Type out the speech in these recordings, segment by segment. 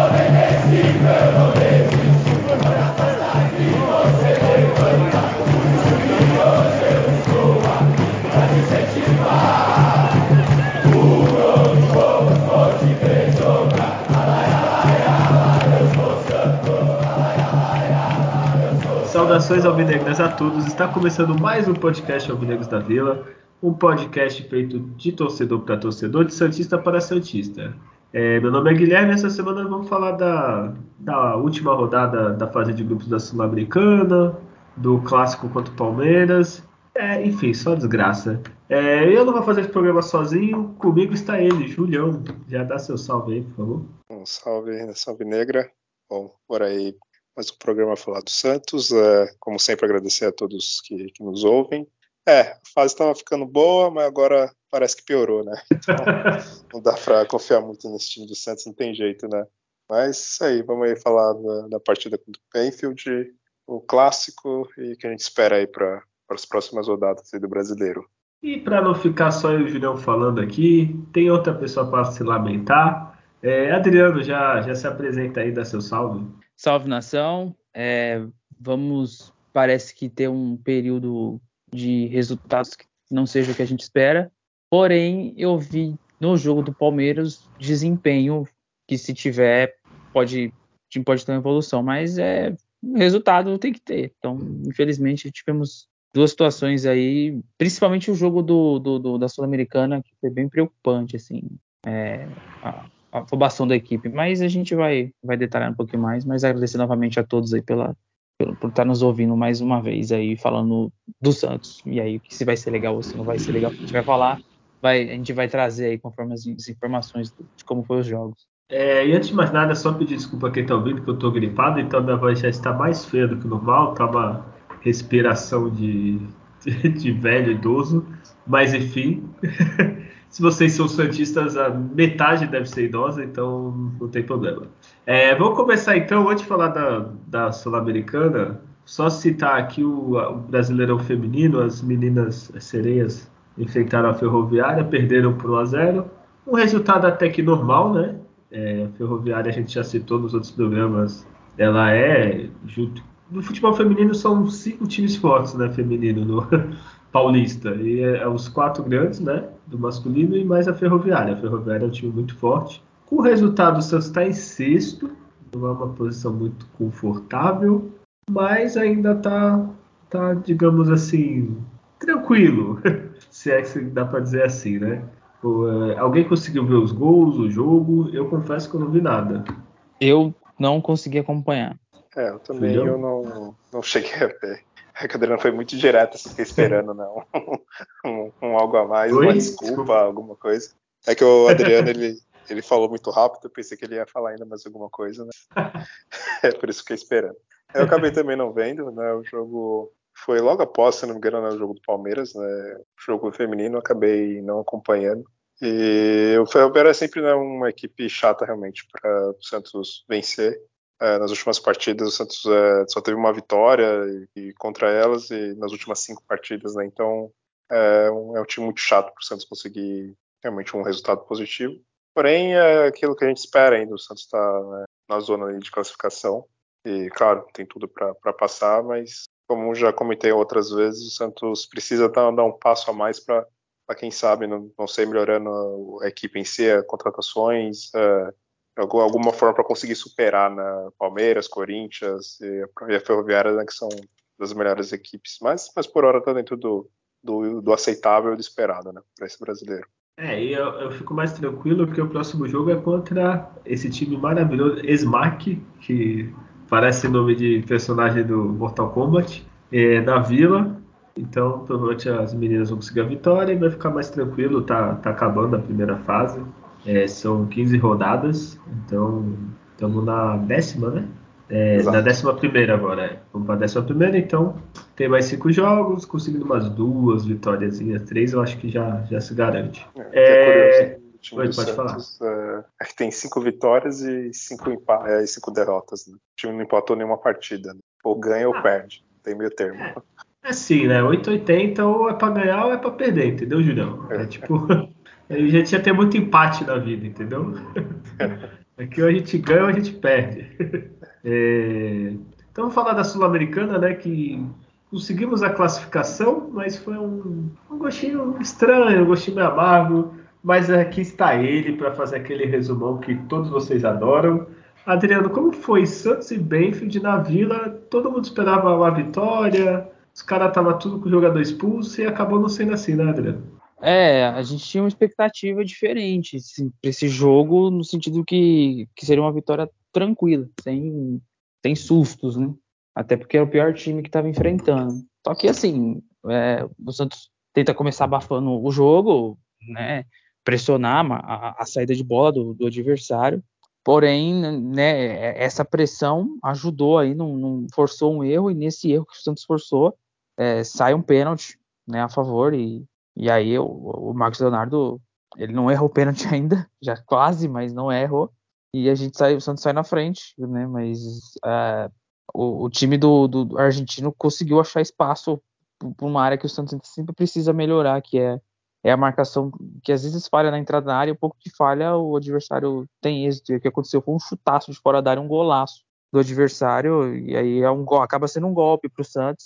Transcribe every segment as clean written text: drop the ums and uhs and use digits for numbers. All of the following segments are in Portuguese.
Saudações alvinegras a todos, está começando mais um podcast Alvinegros da Vila, um podcast feito de torcedor para torcedor, de santista para santista. Meu nome é Guilherme e essa semana vamos falar da última rodada da fase de grupos da Sul-Americana, do clássico contra o Palmeiras, enfim, só desgraça. Eu não vou fazer esse programa sozinho, comigo está ele, Julião. Já dá seu salve aí, por favor. Um salve negra. Bom, por aí mais um programa a falar do Santos. Como sempre, agradecer a todos que nos ouvem. A fase estava ficando boa, mas agora parece que piorou, né? Então não dá para confiar muito nesse time do Santos, não tem jeito, né? Mas isso aí, vamos aí falar da partida contra o Banfield, o clássico e que a gente espera aí para as próximas rodadas aí do Brasileiro. E para não ficar só eu e o Julião falando aqui, tem outra pessoa para se lamentar. Adriano, já se apresenta aí, dá seu salve. Salve, nação. Parece que ter um período de resultados que não seja o que a gente espera. Porém, eu vi no jogo do Palmeiras desempenho que, se tiver, o time pode ter uma evolução, mas o resultado tem que ter. Então, infelizmente, tivemos duas situações aí, principalmente o jogo da Sul-Americana, que foi bem preocupante, assim, a afobação da equipe, mas a gente vai detalhar um pouquinho mais, mas agradecer novamente a todos aí por estar nos ouvindo mais uma vez aí, falando do Santos, e aí se vai ser legal ou se não vai ser legal, a gente vai falar, a gente vai trazer aí conforme as informações de como foram os jogos. E antes de mais nada, só pedir desculpa a quem tá ouvindo, que eu tô gripado, então minha voz já está mais feia do que normal, tá uma respiração de velho idoso, mas enfim, se vocês são santistas, a metade deve ser idosa, então não tem problema. Vamos começar então, antes de falar da Sul-Americana, só citar aqui o Brasileirão Feminino, as meninas sereias enfrentaram a Ferroviária, perderam por 1-0, um resultado até que normal, né? A Ferroviária a gente já citou nos outros programas, ela junto no futebol feminino são 5 times fortes, né, feminino no Paulista, e os 4 grandes, né, do masculino e mais a Ferroviária. A Ferroviária é um time muito forte. Com o resultado, o Santos está em sexto, não é uma posição muito confortável, mas ainda tá, digamos assim, tranquilo, se é que dá para dizer assim, né? Alguém conseguiu ver os gols, o jogo? Eu confesso que eu não vi nada. Eu não consegui acompanhar. Eu também não cheguei a ver. A Adriana foi muito direta, você fica esperando, né? um algo a mais, uma desculpa, alguma coisa. É que o Adriano, ele falou muito rápido, eu pensei que ele ia falar ainda mais alguma coisa, né? Por isso que fiquei esperando. Eu acabei também não vendo, né? O jogo foi logo após, se não me engano, né, o jogo do Palmeiras, né? O jogo feminino, eu acabei não acompanhando. E o Ferroviária é sempre, né, uma equipe chata, realmente, para o Santos vencer. Nas últimas partidas, o Santos só teve uma vitória e contra elas, e nas últimas 5 partidas, né? Então, é um time muito chato para o Santos conseguir realmente um resultado positivo. Porém, é aquilo que a gente espera ainda. O Santos está, né, na zona ali de classificação. E, claro, tem tudo para passar, mas, como já comentei outras vezes, o Santos precisa dar um passo a mais para quem sabe, não sei, melhorando a equipe em si, contratações, alguma forma para conseguir superar, né, Palmeiras, Corinthians e a Ferroviária, né, que são das melhores equipes. Mas por hora está dentro do aceitável e do esperado, né, para esse brasileiro. E eu fico mais tranquilo porque o próximo jogo é contra esse time maravilhoso, Smack, que parece nome de personagem do Mortal Kombat, na Vila. Então, provavelmente as meninas vão conseguir a vitória e vai ficar mais tranquilo. Tá acabando a primeira fase. São 15 rodadas, então estamos na 10ª, né? Na 11ª agora. Vamos para a 11ª, então tem mais 5 jogos, conseguindo umas 2 vitórias, 3, eu acho que já se garante. Que é curioso, o time Oi, do pode Santos que tem 5 vitórias e 5 derrotas. Né? O time não empatou nenhuma partida. Né? Ou ganha ou perde. Tem meio termo. É assim, né? 880 ou é pra ganhar ou é pra perder, entendeu, Julião? Tipo, a gente ia ter muito empate na vida, entendeu? Aqui ou a gente ganha ou a gente perde. Então vamos falar da Sul-Americana, né? Que conseguimos a classificação, mas foi um gostinho estranho, um gostinho meio amargo. Mas aqui está ele para fazer aquele resumão que todos vocês adoram. Adriano, como foi Santos e Benfield na Vila? Todo mundo esperava uma vitória, os caras estavam tudo com o jogador expulso e acabou não sendo assim, né, Adriano? A gente tinha uma expectativa diferente assim, para esse jogo, no sentido que seria uma vitória tranquila, sem sustos, né? Até porque era o pior time que estava enfrentando. Só que, assim, o Santos tenta começar abafando o jogo, né? Pressionar a saída de bola do adversário. Porém, né, essa pressão ajudou aí, não forçou um erro, e nesse erro que o Santos forçou, sai um pênalti, né, a favor, e aí o Marcos Leonardo, ele não errou o pênalti ainda, já quase, mas não errou. E o Santos sai na frente, né? Mas o time do argentino conseguiu achar espaço para uma área que o Santos sempre precisa melhorar, que é a marcação, que às vezes falha na entrada da área, e um pouco que falha, o adversário tem êxito. E o que aconteceu foi um chutaço de fora da área, um golaço do adversário, e aí acaba sendo um golpe para o Santos.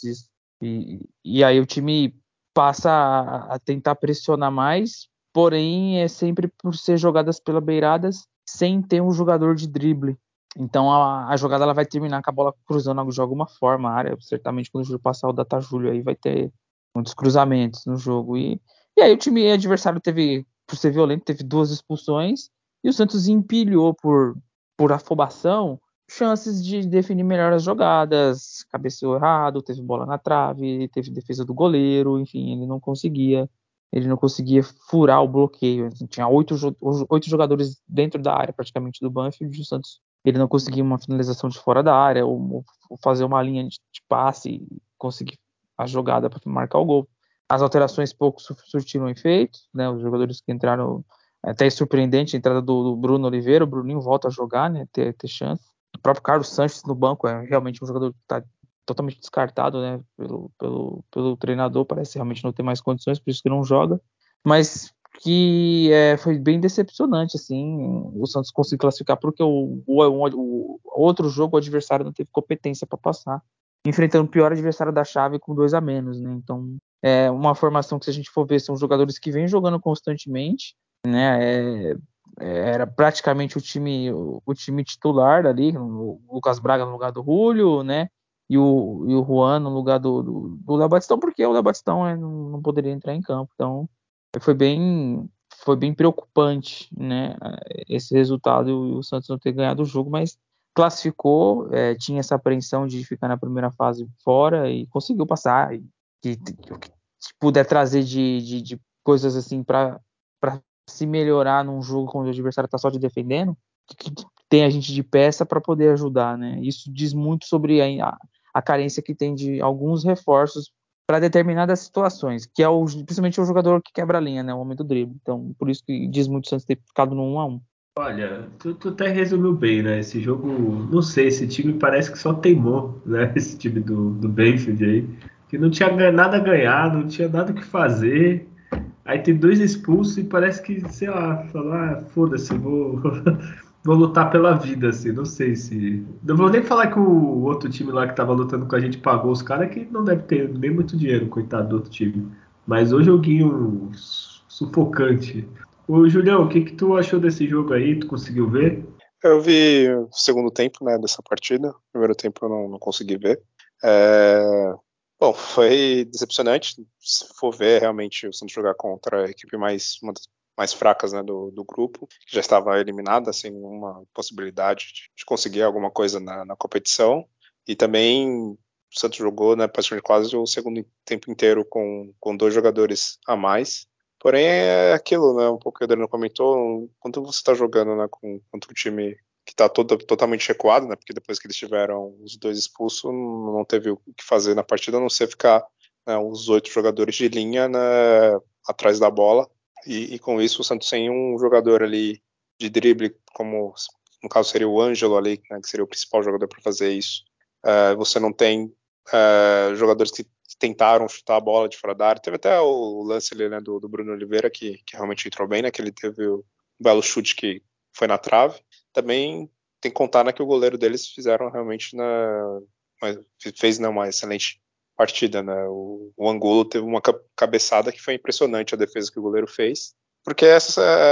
E aí o time passa a tentar pressionar mais, porém é sempre por ser jogadas pelas beiradas sem ter um jogador de drible. Então a jogada ela vai terminar com a bola cruzando de alguma forma a área. Certamente quando o Júlio passar o Data Júlio aí vai ter muitos cruzamentos no jogo. E aí o time adversário teve, por ser violento, teve 2 expulsões e o Santos empilhou por afobação chances de definir melhor as jogadas, cabeceou errado, teve bola na trave, teve defesa do goleiro, enfim, ele não conseguia furar o bloqueio. Tinha 8 jogadores dentro da área praticamente do Banfield, e o Santos ele não conseguia uma finalização de fora da área, ou fazer uma linha de passe e conseguir a jogada para marcar o gol. As alterações pouco surtiram efeito, né? Os jogadores que entraram, até surpreendente a entrada do Bruno Oliveira, o Bruninho volta a jogar, né? Ter chance. O próprio Carlos Sanches no banco é realmente um jogador que está totalmente descartado, né, pelo treinador, parece realmente não ter mais condições, por isso que não joga, mas que foi bem decepcionante, assim, o Santos conseguiu classificar porque o outro jogo o adversário não teve competência para passar, enfrentando o pior adversário da chave com 2 a menos, né, então é uma formação que, se a gente for ver, são jogadores que vêm jogando constantemente, né, era praticamente o time titular ali, o Lucas Braga no lugar do Julio, né? E o Juan no lugar do Léo Batistão, porque o Léo Batistão não poderia entrar em campo. Então foi bem preocupante, né? Esse resultado e o Santos não ter ganhado o jogo, mas classificou, tinha essa apreensão de ficar na primeira fase fora e conseguiu passar. E o que puder trazer de coisas assim para se melhorar num jogo quando o adversário está só te defendendo, que tem a gente de peça para poder ajudar, né? Isso diz muito sobre a carência que tem de alguns reforços para determinadas situações, que é principalmente o jogador que quebra a linha, né? O homem do drible. Então, por isso que diz muito o Santos ter ficado no 1-1. Olha, tu até resumiu bem, né? Esse jogo, não sei, esse time parece que só teimou, né? Esse time do Benfield aí, que não tinha nada a ganhar, não tinha nada o que fazer. Aí tem 2 expulsos e parece que, sei lá, falar, foda-se, vou lutar pela vida, assim, não sei se. Não vou nem falar que o outro time lá que tava lutando com a gente pagou os caras, que não deve ter nem muito dinheiro, coitado do outro time. Mas o joguinho sufocante. Ô, Julião, o que tu achou desse jogo aí? Tu conseguiu ver? Eu vi o segundo tempo, né, dessa partida. O primeiro tempo eu não consegui ver. É... Bom, foi decepcionante. Se for ver, realmente, o Santos jogar contra a equipe uma das mais fracas, né, do grupo, que já estava eliminada, sem nenhuma possibilidade de conseguir alguma coisa na competição. E também o Santos jogou, né, praticamente quase o segundo tempo inteiro com 2 jogadores a mais. Porém, é aquilo, né? Um pouco que o Adriano comentou, quando você está jogando, né, contra um time que está totalmente recuado, né? Porque depois que eles tiveram os 2 expulsos, não teve o que fazer na partida, a não ser ficar, né, os 8 jogadores de linha, né, atrás da bola. E com isso, o Santos sem um jogador ali de drible, como no caso seria o Ângelo ali, né, que seria o principal jogador para fazer isso. Você não tem jogadores que tentaram chutar a bola de fora da área. Teve até o lance ali, né, do Bruno Oliveira, que realmente entrou bem, né, que ele teve um belo chute que foi na trave. também tem que contar, né, que o goleiro deles fizeram realmente fez uma excelente partida, né? O Angulo teve uma cabeçada que foi impressionante, a defesa que o goleiro fez, porque essas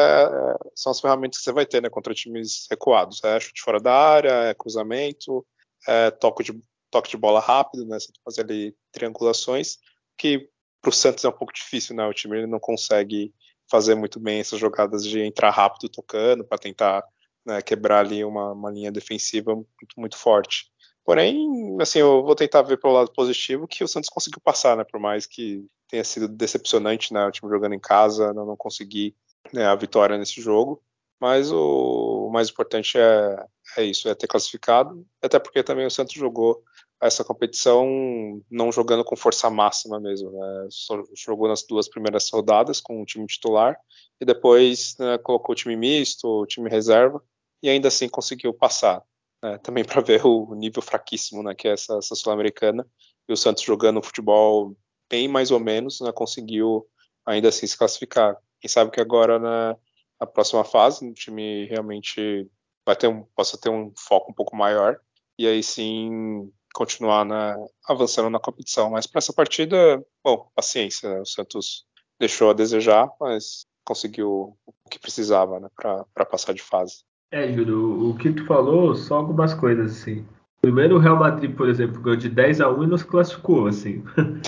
são as ferramentas que você vai ter, né, contra times recuados. Chute fora da área, cruzamento, toque de bola rápido, né? Você fazer ali triangulações, que para o Santos é um pouco difícil, né? O time ele não consegue fazer muito bem essas jogadas de entrar rápido tocando para tentar, né, quebrar ali uma linha defensiva muito, muito forte. Porém, assim, eu vou tentar ver pelo lado positivo que o Santos conseguiu passar, né? Por mais que tenha sido decepcionante, né? O time jogando em casa, não conseguir, né, a vitória nesse jogo. Mas o mais importante é isso, é ter classificado. Até porque também o Santos jogou essa competição não jogando com força máxima mesmo, né? Só jogou nas 2 primeiras rodadas com o time titular e depois, né, colocou o time misto, o time reserva e ainda assim conseguiu passar. Também para ver o nível fraquíssimo, né, que é essa Sul-Americana, e o Santos jogando futebol bem mais ou menos, né, conseguiu ainda assim se classificar. Quem sabe que agora na próxima fase o time realmente possa ter um foco um pouco maior e aí sim continuar avançando na competição. Mas para essa partida, bom, paciência, né? O Santos deixou a desejar, mas conseguiu o que precisava, né, para passar de fase. Júlio, o que tu falou, só algumas coisas, assim. Primeiro, o Real Madrid, por exemplo, ganhou de 10-1 e não se classificou, assim.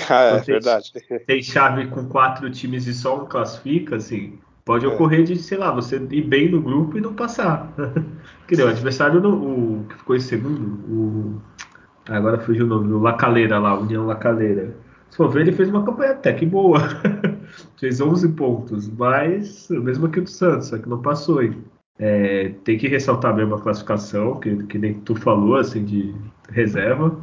É Quando verdade. tem chave com 4 times e só um classifica, assim, pode É. ocorrer de, sei lá, você ir bem no grupo e não passar. Que nem o adversário, o que ficou em segundo, agora fugiu o nome, o Lacaleira lá, União Lacaleira. Se for ver, ele fez uma campanha até que boa. Fez 11 pontos, mas o mesmo que o do Santos, só que não passou aí. Tem que ressaltar mesmo a classificação, que nem tu falou, assim, de reserva.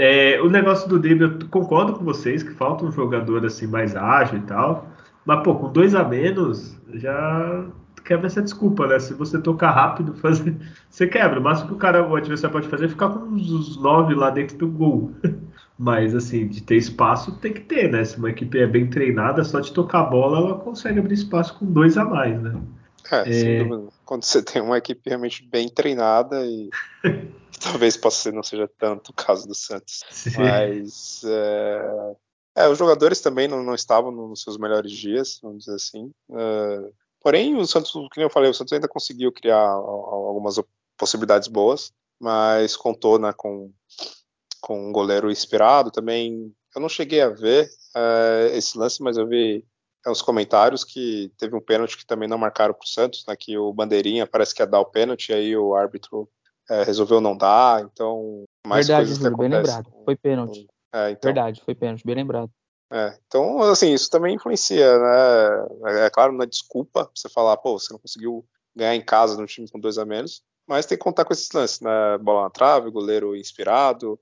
O negócio do drible, eu concordo com vocês que falta um jogador assim mais ágil e tal. Mas, pô, com 2 a menos, já quebra essa desculpa, né? Se você tocar rápido, você quebra. O máximo que o adversário pode fazer é ficar com uns 9 lá dentro do gol. Mas, assim, de ter espaço, tem que ter, né? Se uma equipe é bem treinada, só de tocar a bola, ela consegue abrir espaço com 2 a mais, né? Sem dúvida. Quando você tem uma equipe realmente bem treinada e talvez não seja tanto o caso do Santos, mas os jogadores também não estavam nos seus melhores dias, vamos dizer assim. Porém, o Santos, como eu falei, o Santos ainda conseguiu criar algumas possibilidades boas, mas contou, né, com um goleiro inspirado também. Eu não cheguei a ver esse lance, mas eu vi uns comentários que teve um pênalti que também não marcaram para o Santos, né, que o Bandeirinha parece que ia dar o pênalti, aí o árbitro resolveu não dar, então mais Verdade, coisas que Júlio, bem acontecem. lembrado. Foi pênalti. Então, Verdade, foi pênalti, bem lembrado. então, assim, isso também influencia, né? É claro, não é desculpa você falar, pô, você não conseguiu ganhar em casa no time com 2 a menos, mas tem que contar com esses lances, né? Bola na trave, goleiro inspirado,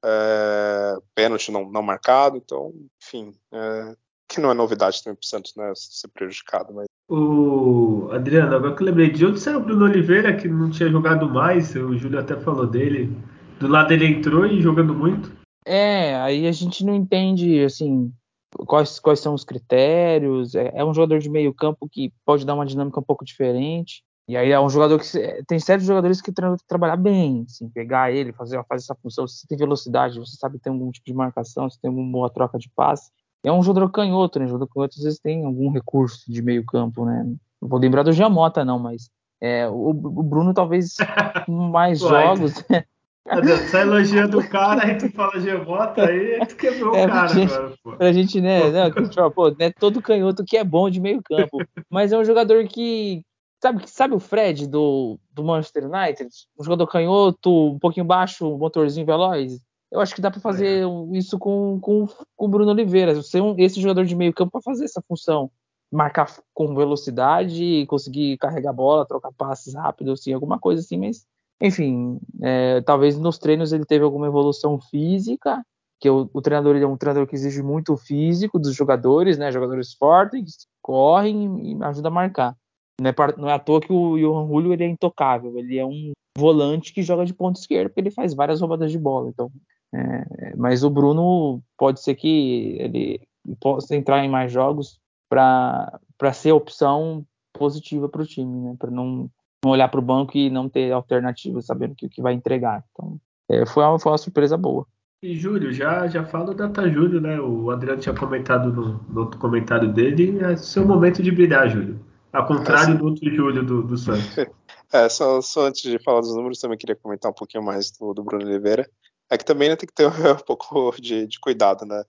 pênalti não marcado, então, enfim, que não é novidade também pro Santos, né? Ser prejudicado, mas... O Adriano, agora que eu lembrei, de onde saiu o Bruno Oliveira, que não tinha jogado mais, o Júlio até falou dele. Do lado ele entrou e jogando muito. Aí a gente não entende, assim, quais são os critérios. É um jogador de meio campo que pode dar uma dinâmica um pouco diferente. E aí é um jogador que tem certos jogadores que trabalhar bem, assim, pegar ele, fazer essa função. Se você tem velocidade, você sabe ter algum tipo de marcação, se tem alguma boa troca de passe. É um jogador canhoto, né? Jogador canhoto às vezes tem algum recurso de meio campo, né? Não vou lembrar do Giamota, não, mas o Bruno talvez com mais Uai, jogos. Adriano, sai elogiando o cara, aí tu fala Gemota, aí tu quebrou o cara agora, pô. Pra gente, né? Pô. Não, que a gente fala, pô, não é todo canhoto que é bom de meio campo. Mas é um jogador que. Sabe o Fred do Manchester United? Um jogador canhoto, um pouquinho baixo, um motorzinho veloz. Eu acho que dá pra fazer isso com o Bruno Oliveira. Ser esse jogador de meio campo pra fazer essa função. Marcar com velocidade, conseguir carregar a bola, trocar passes rápido, assim, alguma coisa assim, mas. Enfim, talvez nos treinos ele teve alguma evolução física, que o treinador ele é um treinador que exige muito o físico dos jogadores, né? Jogadores fortes, correm e ajudam a marcar. Não é à toa que o Johan Julio ele é intocável, ele é um volante que joga de ponta esquerda, porque ele faz várias roubadas de bola. Então, mas o Bruno pode ser que ele possa entrar em mais jogos para ser opção positiva para o time, né? Para não não olhar para o banco e não ter alternativa, sabendo o que vai entregar. Então, foi uma surpresa boa. E Júlio, já fala o Data Júlio, né? O Adriano tinha comentado no outro comentário dele, é seu momento de brilhar, Júlio. Ao contrário do outro Júlio do Santos. Só antes de falar dos números, também queria comentar um pouquinho mais do Bruno Oliveira. É que também, né, tem que ter um pouco de cuidado, né?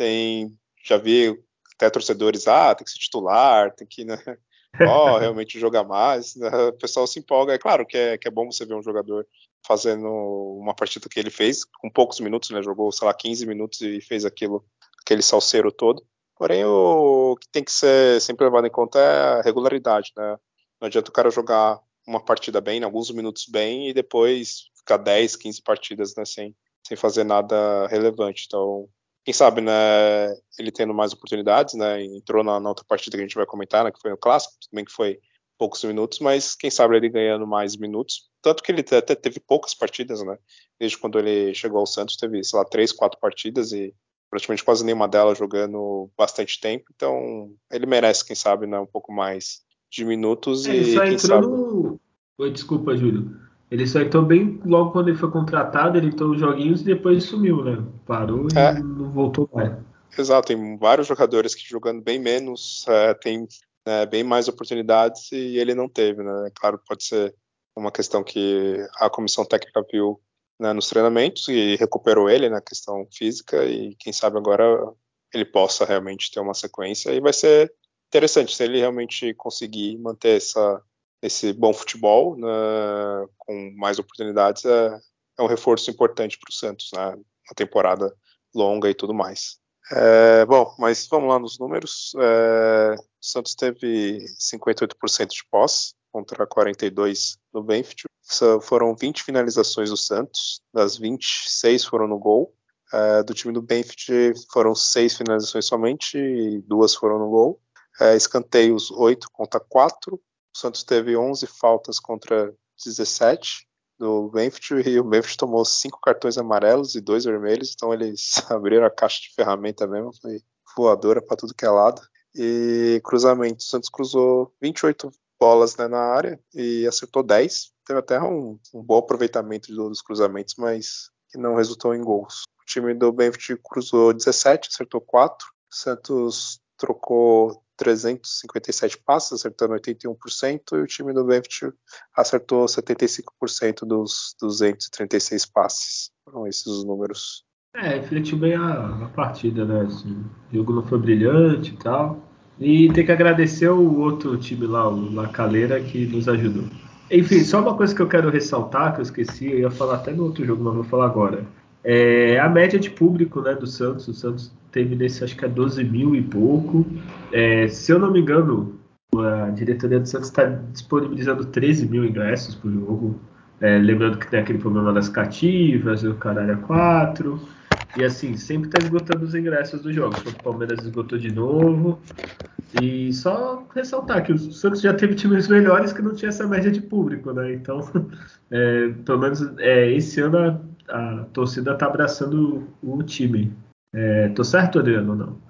Já vi até torcedores, tem que ser titular, tem que, né, realmente jogar mais, né? O pessoal se empolga. É claro que é bom você ver um jogador fazendo uma partida que ele fez, com poucos minutos, né? Jogou, sei lá, 15 minutos e fez aquele salseiro todo. Porém, o que tem que ser sempre levado em conta é a regularidade, né? Não adianta o cara jogar uma partida bem, alguns minutos bem, e depois ficar 10, 15 partidas, né, sem fazer nada relevante. Então, quem sabe, né, ele tendo mais oportunidades, né, entrou na outra partida que a gente vai comentar, né, que foi no Clássico, também que foi poucos minutos, mas quem sabe ele ganhando mais minutos. Tanto que ele até teve poucas partidas, né, desde quando ele chegou ao Santos, teve, sei lá, 3, 4 partidas e praticamente quase nenhuma delas jogando bastante tempo. Então, ele merece, quem sabe, né, um pouco mais de minutos Ele e só quem entrou sabe. no. Oi, desculpa, Júlio. Ele só entrou bem logo quando ele foi contratado, ele entrou os joguinhos e depois sumiu, né? Parou e É, não voltou mais. exato, tem vários jogadores que jogando bem menos tem bem mais oportunidades e ele não teve, né? Claro, pode ser uma questão que a comissão técnica viu, né, nos treinamentos e recuperou ele na questão física e quem sabe agora ele possa realmente ter uma sequência e vai ser interessante se ele realmente conseguir manter esse bom futebol, né, com mais oportunidades, é um reforço importante para o Santos, né? Uma temporada longa e tudo mais. Bom, mas vamos lá nos números. O Santos teve 58% de posse contra 42% do Benfica. Foram 20 finalizações do Santos, das 26 foram no gol. Do time do Benfica foram 6 finalizações somente e 2 foram no gol. Escanteios 8 contra 4. O Santos teve 11 faltas contra 17 do Benfica e o Benfica tomou 5 cartões amarelos e 2 vermelhos, então eles abriram a caixa de ferramenta mesmo, foi voadora para tudo que é lado. E cruzamento, o Santos cruzou 28 bolas, né, na área e acertou 10, teve até um bom aproveitamento dos cruzamentos, mas que não resultou em gols. O time do Benfica cruzou 17, acertou 4, o Santos trocou 357 passes, acertando 81%, e o time do Benfica acertou 75% dos 236 passes. Foram esses os números. Refletiu bem a partida, né? Assim, o jogo não foi brilhante e tal. E tem que agradecer o outro time lá, o La Calera, que nos ajudou. Enfim, só uma coisa que eu quero ressaltar, que eu esqueci, eu ia falar até no outro jogo, mas vou falar agora. A média de público, né, do Santos. O Santos teve nesse, acho que é 12 mil e pouco. Se eu não me engano, a diretoria do Santos está disponibilizando 13 mil ingressos por jogo. Lembrando que tem aquele problema das cativas, o caralho a 4. E assim, sempre está esgotando os ingressos dos jogos. O Palmeiras esgotou de novo. E só ressaltar que o Santos já teve times melhores que não tinha essa média de público, né? Então, pelo menos esse ano a torcida está abraçando o time. Tô certo, Adriano, ou não?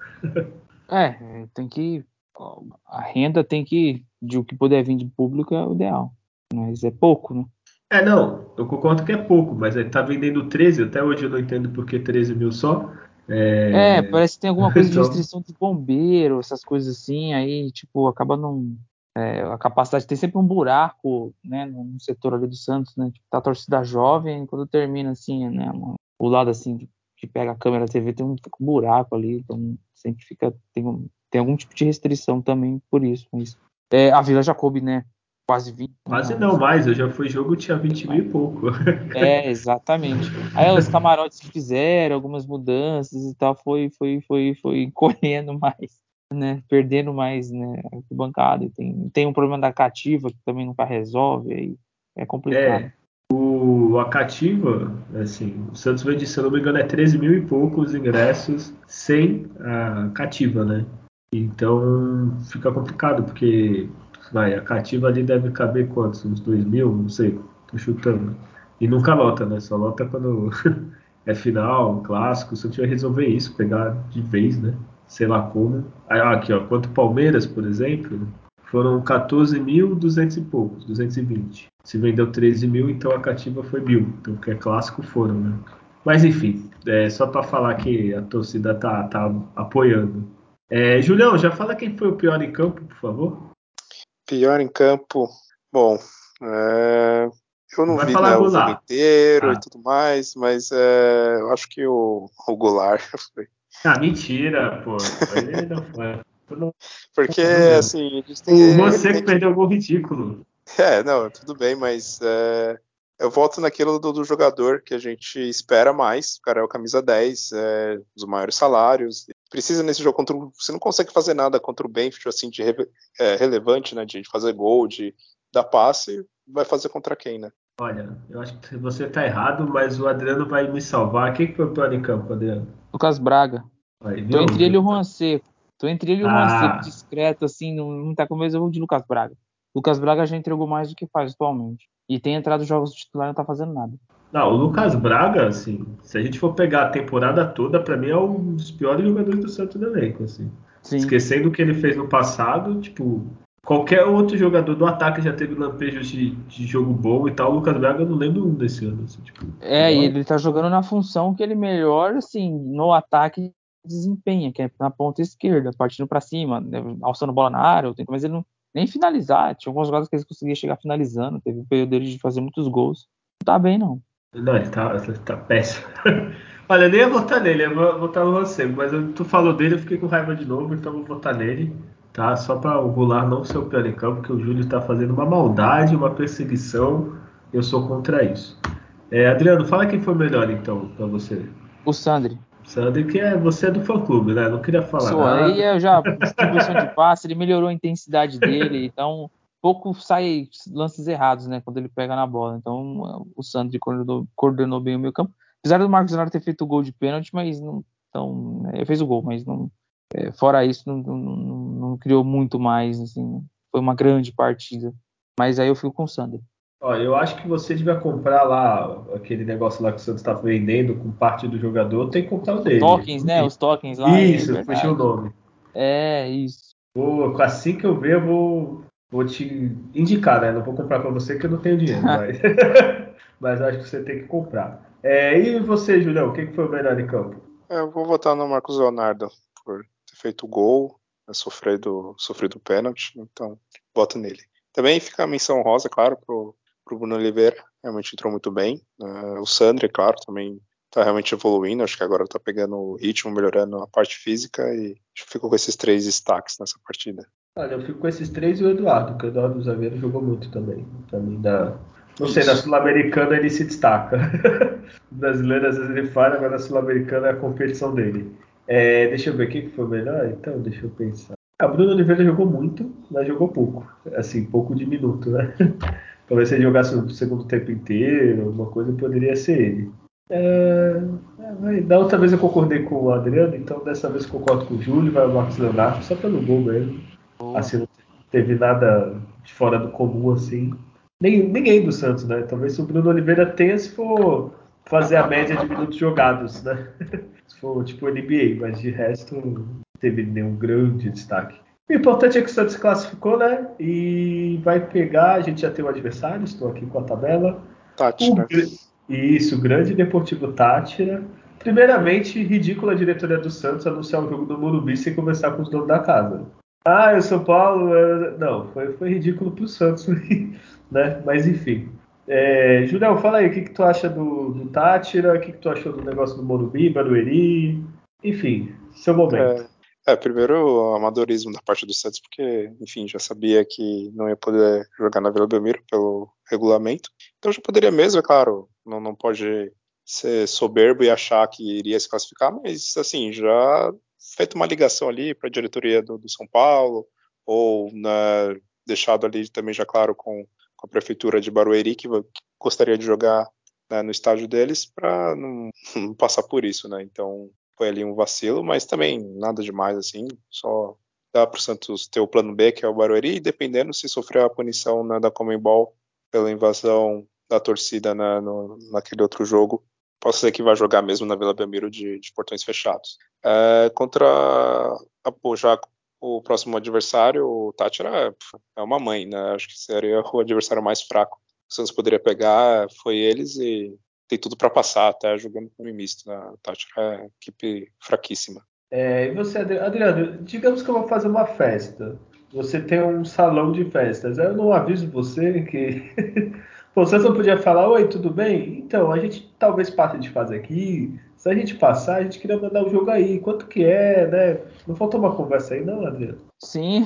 Tem que. A renda tem que. De o que puder vir de público é o ideal. Mas é pouco, né? Não, eu concordo que é pouco, mas tá vendendo 13, até hoje eu não entendo por que 13 mil só. Parece que tem alguma coisa de Então, restrição de bombeiro, essas coisas assim, aí, tipo, acaba não. A capacidade tem sempre um buraco, né, no setor ali do Santos, né? Tipo, tá a torcida jovem, quando termina assim, né? O lado assim que pega a câmera da TV tem um buraco ali, então sempre fica. Tem algum tipo de restrição também por isso. Mas, a Vila já coube, né? Quase 20, né? quase não mais, eu já fui jogo, tinha 20 mil e pouco. Exatamente. Aí os camarotes que fizeram, algumas mudanças e tal, foi encolhendo mais, né? Perdendo mais, né? Bancada. Tem um problema da cativa que também nunca resolve, aí é complicado. A cativa, assim, o Santos vende, se eu não me engano, 13 mil e poucos ingressos sem a cativa, né? Então fica complicado, porque a cativa ali deve caber quantos? Uns 2 mil? Não sei, tô chutando. E nunca lota, né? Só lota quando é final, clássico. O Santos vai resolver isso, pegar de vez, né? Sei lá como. Aqui, ó, quanto o Palmeiras, por exemplo, foram 14.200 e poucos, 220. Se vendeu 13 mil, então a cativa foi 1.000. Então, que é clássico, foram, né? Mas enfim, só para falar que a torcida tá apoiando. Julião, já fala quem foi o pior em campo, por favor. Pior em campo, bom, eu não Vai vi, falar né, o jogo Goulart. inteiro e tudo mais, mas eu acho que o Goulart foi. Mentira, pô. Ele não foi. Porque, Mesmo. assim, Você que perdeu o gol ridículo. não, tudo bem, mas eu volto naquilo do jogador que a gente espera mais. O cara é o camisa 10, dos maiores salários. Precisa nesse jogo contra você não consegue fazer nada contra o Benfield assim de relevante, né, de fazer gol, de dar passe, vai fazer contra quem, né? Olha, eu acho que você tá errado, mas o Adriano vai me salvar. Quem que foi o pior em campo, Adriano? Lucas Braga. Aí, Tô viu? entre ele e o Juan Seco. Ah, Discreto, assim, não tá com o mesmo erro de Lucas Braga. Lucas Braga já entregou mais do que faz atualmente. E tem entrado nos jogos titular e não tá fazendo nada. não, o Lucas Braga, assim, se a gente for pegar a temporada toda, pra mim é um dos piores jogadores do Santos do elenco, assim. Sim. Esquecendo o que ele fez no passado, tipo, qualquer outro jogador do ataque já teve lampejos de jogo bom e tal. O Lucas Braga eu não lembro um desse ano, assim, tipo. E ele tá jogando na função que ele melhor, assim, no ataque desempenha, que é na ponta esquerda, partindo pra cima, né, alçando bola na área, mas ele não nem finalizar. Tinha algumas jogadas que ele conseguia chegar finalizando, teve um período dele de fazer muitos gols. Não tá bem, não. Não, ele tá péssimo. Olha, eu nem ia votar nele, eu vou votar no você, mas tu falou dele, eu fiquei com raiva de novo, então eu vou votar nele, tá? Só para o Goulart não ser o pior em campo, porque o Júlio tá fazendo uma maldade, uma perseguição, eu sou contra isso. Adriano, fala quem foi melhor então, para você. O Sandri. Sandro, que você é do fã-clube, né? Não queria falar Só, aí nada. é já distribuição de passe, ele melhorou a intensidade dele, então pouco sai lances errados, né, quando ele pega na bola. Então o Sandri coordenou bem o meio campo. Apesar do Marcos Leonardo ter feito o gol de pênalti, mas não. Então, ele fez o gol, mas não. Fora isso, não criou muito mais, assim. Foi uma grande partida. Mas aí eu fico com o Sandri. Ó, eu acho que você devia comprar lá aquele negócio lá que o Santos está vendendo com parte do jogador, tem que comprar o dele. Tokens, né? Os tokens lá, é Isso, fugiu o verdade. nome. É, isso. Assim que eu ver, vou te indicar, né? Não vou comprar para você que eu não tenho dinheiro, mas, mas acho que você tem que comprar. E você, Julião, o que foi o melhor em campo? Eu vou votar no Marcos Leonardo por ter feito o gol, sofrido o pênalti, então voto nele. Também fica a menção rosa, claro, pro Bruno Oliveira, realmente entrou muito bem. O Sandri, claro, também tá realmente evoluindo, acho que agora tá pegando o ritmo, melhorando a parte física e acho que ficou com esses 3 destaques nessa partida. Olha, eu fico com esses três e o Eduardo, que o Eduardo Zagueiro jogou muito também. Também não sei, na Isso. Sul-Americana ele se destaca. O brasileiro às vezes ele falha, mas na Sul-Americana é a competição dele. Deixa eu ver quem que foi o melhor, então, deixa eu pensar. A Bruno Oliveira jogou muito, mas jogou pouco. Assim, pouco de minuto, né? Talvez se ele jogasse o segundo tempo inteiro, alguma coisa, poderia ser ele. Da outra vez eu concordei com o Adriano, então dessa vez eu concordo com o Júlio, vai o Marcos Leonardo, só pelo gol mesmo. Boa. Assim, não teve nada de fora do comum, assim. Ninguém do Santos, né? Talvez se o Bruno Oliveira tenha, se for fazer a média de minutos jogados, né? Se for tipo NBA, mas de resto não teve nenhum grande destaque. O importante é que o Santos se classificou, né? E vai pegar, a gente já tem o adversário, estou aqui com a tabela. Tati, O, né? isso, o grande Deportivo Táchira. Primeiramente, ridícula a diretoria do Santos anunciar o jogo do Morumbi sem conversar com os donos da casa. O São Paulo. Não, foi ridículo pro Santos, né? Mas enfim. Julião, fala aí, o que tu acha do Tátira? O que tu achou do negócio do Morumbi, Barueri? Enfim, seu momento. Primeiro o amadorismo da parte do Santos, porque, enfim, já sabia que não ia poder jogar na Vila Belmiro pelo regulamento. Então já poderia mesmo, é claro, não pode ser soberbo e achar que iria se classificar, mas, assim, já feito uma ligação ali para a diretoria do São Paulo, ou deixado ali também já claro com a prefeitura de Barueri, que gostaria de jogar, né, no estádio deles, para não passar por isso, né? Então foi ali um vacilo, mas também nada demais, assim, só dá para o Santos ter o plano B, que é o Barueri, e dependendo se sofrer a punição, né, da Conmebol pela invasão da torcida, né, naquele outro jogo, posso ser que vai jogar mesmo na Vila Belmiro de portões fechados. Contra já o próximo adversário, o Táchira, é uma mãe, né? Acho que seria o adversário mais fraco que o Santos poderia pegar, foi eles, e tem tudo para passar, até jogando com o misto, né? O Táchira é equipe fraquíssima. E você, Adriano, digamos que eu vou fazer uma festa. Você tem um salão de festas. Eu não aviso você que. Pô, você não podia falar, oi, tudo bem? Então, a gente talvez passe de fase aqui. Se a gente passar, a gente queria mandar o jogo aí. Quanto que é, né? Não faltou uma conversa aí, não, Adriano? Sim,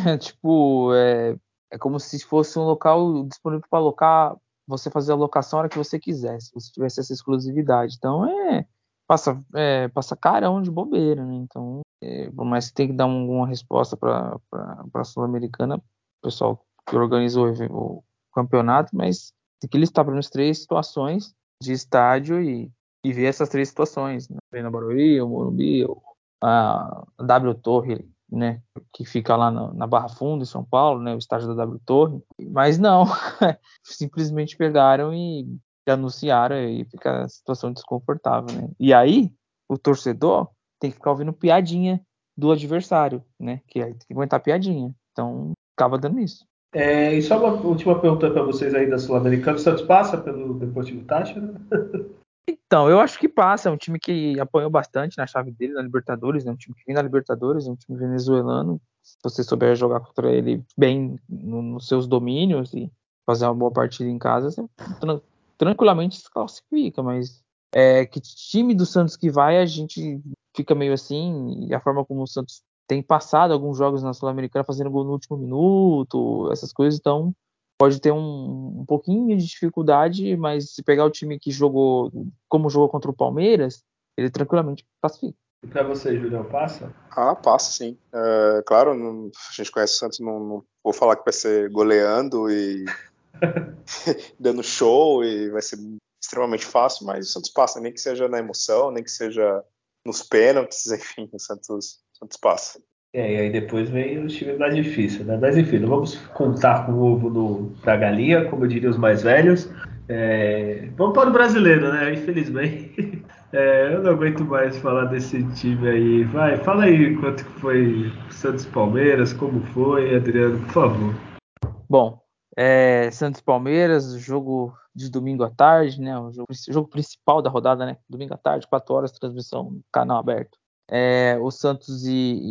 é como se fosse um local disponível para alocar, você fazer a locação a hora que você quiser, se você tivesse essa exclusividade. Então, passa carão de bobeira, né? Então, por mais que tenha que dar uma resposta para a Sul-Americana, o pessoal que organizou o campeonato, mas tem que listar para as 3 situações de estádio e ver essas 3 situações, né? Na Barueri, o Morumbi, a W Torre, né, que fica lá na Barra Funda, em São Paulo, né, o estádio da W Torre, mas não, simplesmente pegaram e anunciaram e fica a situação desconfortável, né? E aí, o torcedor tem que ficar ouvindo piadinha do adversário, né, que aí tem que aguentar piadinha, então acaba dando isso. E só uma última pergunta para vocês aí da Sul-Americana. O Santos passa pelo Deportivo Táchira? Então, eu acho que passa, é um time que apanhou bastante na chave dele, na Libertadores, é um time que vem na Libertadores, é um time venezuelano. Se você souber jogar contra ele bem nos seus domínios e fazer uma boa partida em casa, você tranquilamente se classifica, mas que time do Santos que vai, a gente fica meio assim, e a forma como o Santos tem passado alguns jogos na Sul-Americana fazendo gol no último minuto, essas coisas, então pode ter um pouquinho de dificuldade, mas se pegar o time que jogou, como jogou contra o Palmeiras, ele tranquilamente classifica. E para você, Julião, passa? Passa, sim. Claro, a gente conhece o Santos, não vou falar que vai ser goleando e dando show e vai ser extremamente fácil, mas o Santos passa, nem que seja na emoção, nem que seja nos pênaltis, enfim, o Santos passa. E aí depois vem os times mais difíceis, né? Mas enfim, não vamos contar com o ovo da galinha, como diriam os mais velhos. Vamos para o brasileiro, né? Infelizmente. Eu não aguento mais falar desse time aí. Vai, fala aí quanto que foi Santos e Palmeiras, como foi, Adriano, por favor. Bom, Santos e Palmeiras, jogo de domingo à tarde, né? O jogo principal da rodada, né? Domingo à tarde, 4 horas, transmissão, canal aberto. O Santos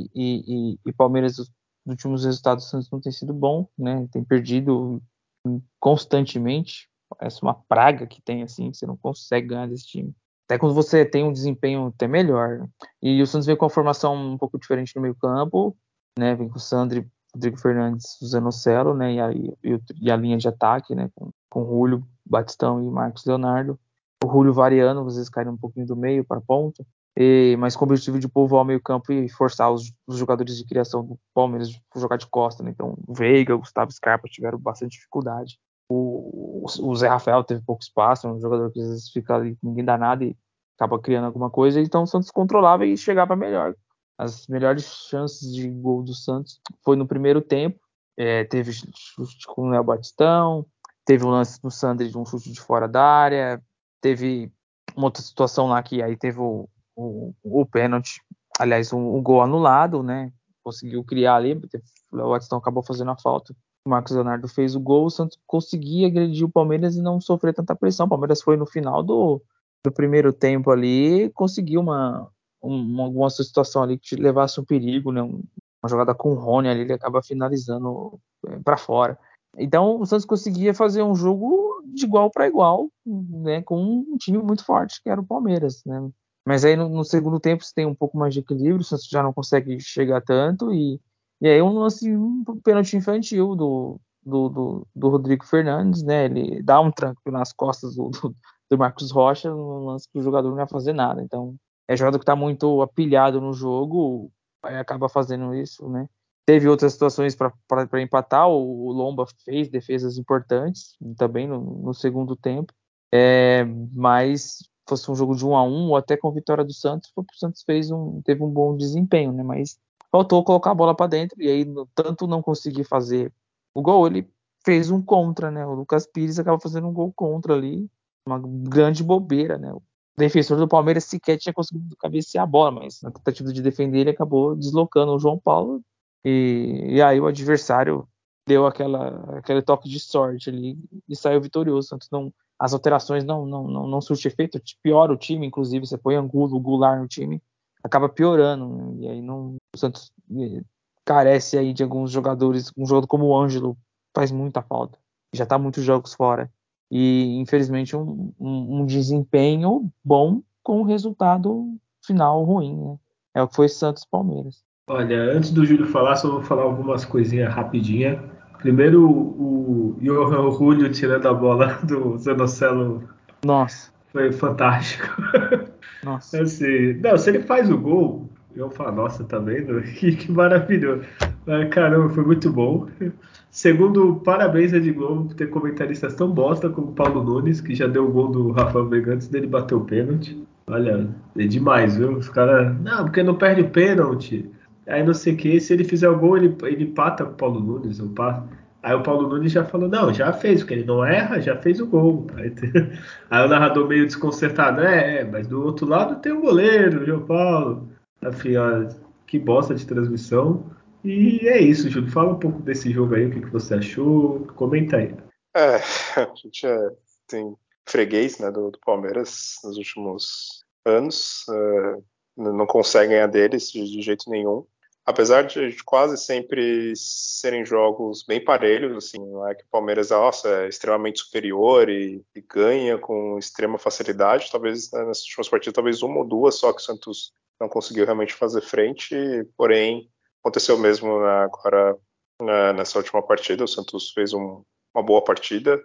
e Palmeiras, os últimos resultados do Santos não têm sido bons, né? Tem perdido constantemente. Parece uma praga que tem, assim, você não consegue ganhar desse time. Até quando você tem um desempenho até melhor, né? E o Santos vem com uma formação um pouco diferente no meio-campo, né? Vem com o Sandri, Rodrigo Fernandes, Zanocelo, né? E a linha de ataque, né? Com Julio, Batistão e Marcos Leonardo. O Julio variando, às vezes caindo um pouquinho do meio para a ponta. Mas com o objetivo de povoar o meio-campo e forçar os jogadores de criação do Palmeiras a jogar de costa, né? Então, o Veiga, o Gustavo Scarpa tiveram bastante dificuldade. O Zé Rafael teve pouco espaço, um jogador que às vezes fica ali, ninguém dá nada e acaba criando alguma coisa. Então, o Santos controlava e chegava melhor. As melhores chances de gol do Santos foi no primeiro tempo. Teve chute com o Léo Batistão, teve o lance do Sandri de um chute de fora da área, teve uma outra situação lá que aí teve o pênalti, aliás, um gol anulado, né? Conseguiu criar ali, o Léo Batistão acabou fazendo a falta. O Marcos Leonardo fez o gol, o Santos conseguia agredir o Palmeiras e não sofrer tanta pressão. O Palmeiras foi no final do primeiro tempo ali, conseguiu alguma situação ali que levasse um perigo, né? Uma jogada com o Rony ali, ele acaba finalizando para fora. Então o Santos conseguia fazer um jogo de igual para igual, né? Com um time muito forte que era o Palmeiras, né? Mas aí no segundo tempo você tem um pouco mais de equilíbrio, o Santos já não consegue chegar tanto e aí um pênalti infantil do Rodrigo Fernandes, né? Ele dá um tranco nas costas do Marcos Rocha, num lance que o jogador não ia fazer nada. Então, jogador que está muito apilhado no jogo, aí acaba fazendo isso, né? Teve outras situações para empatar, o Lomba fez defesas importantes também no segundo tempo, mas fosse um jogo de 1-1 ou até com vitória do Santos, o Santos teve um bom desempenho, né? Mas faltou colocar a bola para dentro e aí tanto não conseguir fazer o gol, ele fez um contra, né? O Lucas Pires acaba fazendo um gol contra ali, uma grande bobeira, né? O defensor do Palmeiras sequer tinha conseguido cabecear a bola, mas na tentativa de defender ele acabou deslocando o João Paulo E aí o adversário deu aquele toque de sorte ali e saiu vitorioso. Santos as alterações não surtem efeito, piora o time, inclusive você põe Angulo, Goulart no time, acaba piorando, né? E aí o Santos carece aí de alguns jogadores, um jogador como o Ângelo faz muita falta, já está muitos jogos fora, e infelizmente um desempenho bom com um resultado final ruim, né? É o que foi Santos e Palmeiras. Olha, antes do Júlio falar, só vou falar algumas coisinhas rapidinha. Primeiro, o Johan Julio tirando a bola do Zanocelo Nossa. foi fantástico. Nossa. Assim, não, se ele faz o gol, eu falo, nossa, tá vendo? Que maravilhoso. Mas, caramba, foi muito bom. Segundo, parabéns, Rede Globo, por ter comentaristas tão bosta como o Paulo Nunes, que já deu o gol do Rafael Veiga antes dele bater o pênalti. Olha, é demais, viu? Os caras, não, porque não perde o pênalti. Aí não sei o que, se ele fizer o gol, ele empata com o Paulo Nunes, ou passa. Aí o Paulo Nunes já falou, não, já fez, porque ele não erra, já fez o gol. Aí o narrador meio desconcertado, mas do outro lado tem o goleiro, o João Paulo. Enfim, ó, que bosta de transmissão. E é isso, Júlio. Fala um pouco desse jogo aí, o que você achou? Comenta aí. A gente tem freguês, né, do Palmeiras nos últimos anos. Não consegue ganhar deles de jeito nenhum. Apesar de quase sempre serem jogos bem parelhos, assim, não é que o Palmeiras é extremamente superior e ganha com extrema facilidade. Talvez, né, nessas últimas partidas, talvez uma ou duas só que o Santos não conseguiu realmente fazer frente. Porém, aconteceu mesmo agora nessa última partida. O Santos fez uma boa partida,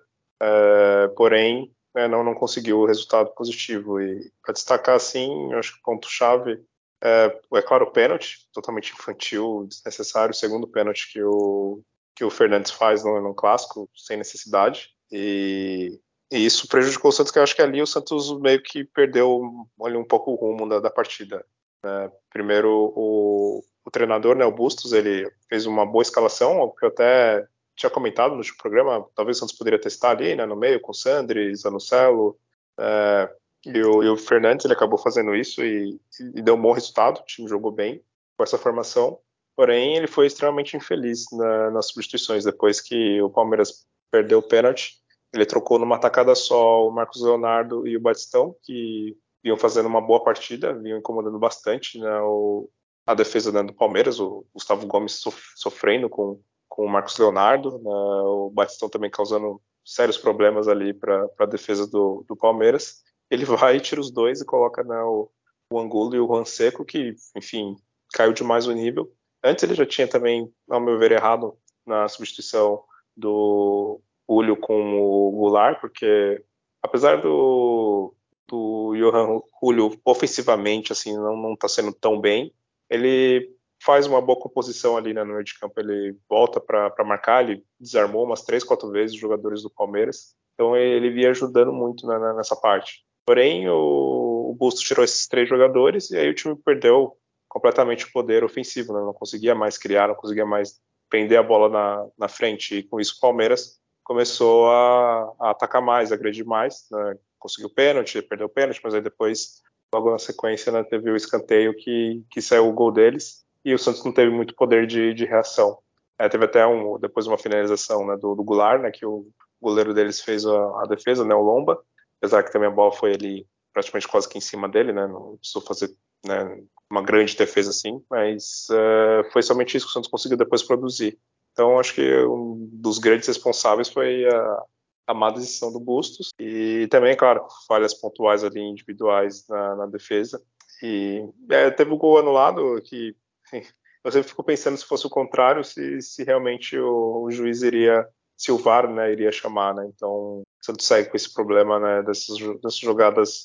porém não conseguiu o resultado positivo. E para destacar, assim, eu acho que o ponto-chave é claro, o pênalti, totalmente infantil, desnecessário, o segundo pênalti que o Fernandes faz no clássico, sem necessidade, e isso prejudicou o Santos, que eu acho que ali o Santos meio que perdeu ali, um pouco o rumo da partida. Primeiro, o treinador, né, o Bustos, ele fez uma boa escalação, que eu até tinha comentado no último programa, talvez o Santos poderia testar ali, né, no meio, com o Sandri, Zanocelo, e o Fernandes, ele acabou fazendo isso e deu um bom resultado, o time jogou bem com essa formação, porém ele foi extremamente infeliz nas substituições, depois que o Palmeiras perdeu o pênalti, ele trocou numa tacada só o Marcos Leonardo e o Batistão, que vinham fazendo uma boa partida, vinham incomodando bastante, né, a defesa, né, do Palmeiras, o Gustavo Gomes sofrendo com o Marcos Leonardo, né, o Batistão também causando sérios problemas ali para a defesa do Palmeiras. Ele vai e tira os dois e coloca, né, o Angulo e o Juan Seco, que, enfim, caiu demais o nível. Antes ele já tinha também, ao meu ver, errado na substituição do Julio com o Goulart, porque apesar do Johan Julio ofensivamente assim não tá sendo tão bem, ele faz uma boa composição ali, né, no meio de campo, ele volta para marcar, ele desarmou umas 3-4 vezes os jogadores do Palmeiras, então ele vinha ajudando muito, né, nessa parte. Porém, o Bustos tirou esses 3 jogadores e aí o time perdeu completamente o poder ofensivo, né? Não conseguia mais criar, não conseguia mais prender a bola na frente. E com isso o Palmeiras começou a atacar mais, a agredir mais, né? Conseguiu pênalti, perdeu o pênalti, mas aí depois, logo na sequência, né, teve o escanteio que saiu o gol deles e o Santos não teve muito poder de reação. Teve até depois uma finalização, né, do Goulart, né, que o goleiro deles fez a defesa, né, o Lomba, apesar que também a bola foi ali praticamente quase que em cima dele, né, não precisou fazer, né, uma grande defesa assim, mas foi somente isso que o Santos conseguiu depois produzir. Então acho que um dos grandes responsáveis foi a má decisão do Bustos e também, claro, falhas pontuais ali individuais na defesa. E teve o gol anulado que, enfim, eu sempre fico pensando se fosse o contrário, se realmente o juiz iria, se o VAR, né, iria chamar, né? Então o Santos segue com esse problema, né, dessas jogadas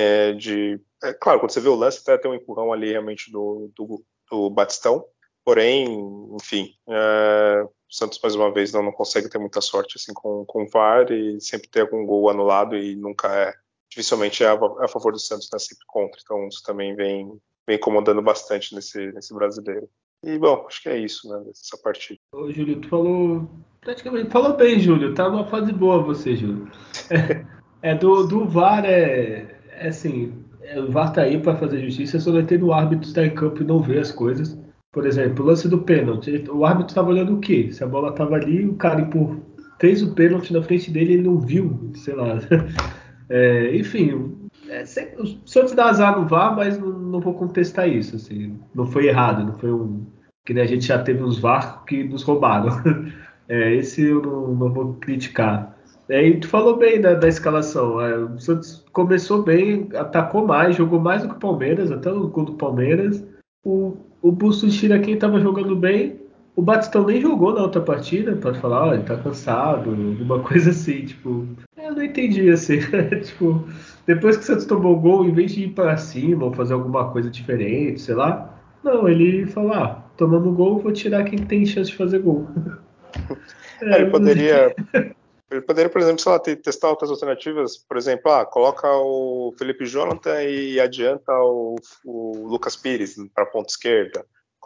claro, quando você vê o lance, até tem um empurrão ali realmente do Batistão, porém, enfim, o Santos mais uma vez não consegue ter muita sorte assim com o VAR e sempre tem algum gol anulado e dificilmente é a favor do Santos, né, sempre contra, então isso também vem incomodando bastante nesse brasileiro. E bom, acho que é isso, né, dessa partida. Ô, Júlio, tu falou bem, Júlio, tá numa fase boa você, Júlio. Do VAR, assim, o VAR tá aí para fazer justiça, só não tem o árbitro estar em campo e não ver as coisas, por exemplo, o lance do pênalti, o árbitro estava olhando o quê? Se a bola estava ali, o cara fez o pênalti na frente dele e ele não viu, sei lá. Enfim, o Santos dá azar no VAR, mas não vou contestar isso. Assim, não foi errado, não foi que nem a gente já teve uns VAR que nos roubaram. Esse eu não vou criticar. E tu falou bem da escalação. O Santos começou bem, atacou mais, jogou mais do que o Palmeiras, até o gol do Palmeiras. O Busto tira quem estava jogando bem. O Batistão nem jogou na outra partida, pode falar, ele tá cansado, alguma coisa assim, tipo. Eu não entendi assim. Tipo, depois que o Santos tomou o gol, em vez de ir para cima ou fazer alguma coisa diferente, sei lá, não, ele falou, tomando gol, vou tirar quem tem chance de fazer gol. Ele poderia, por exemplo, sei lá, testar outras alternativas. Por exemplo, coloca o Felipe Jonathan e adianta o Lucas Pires para a ponta esquerda.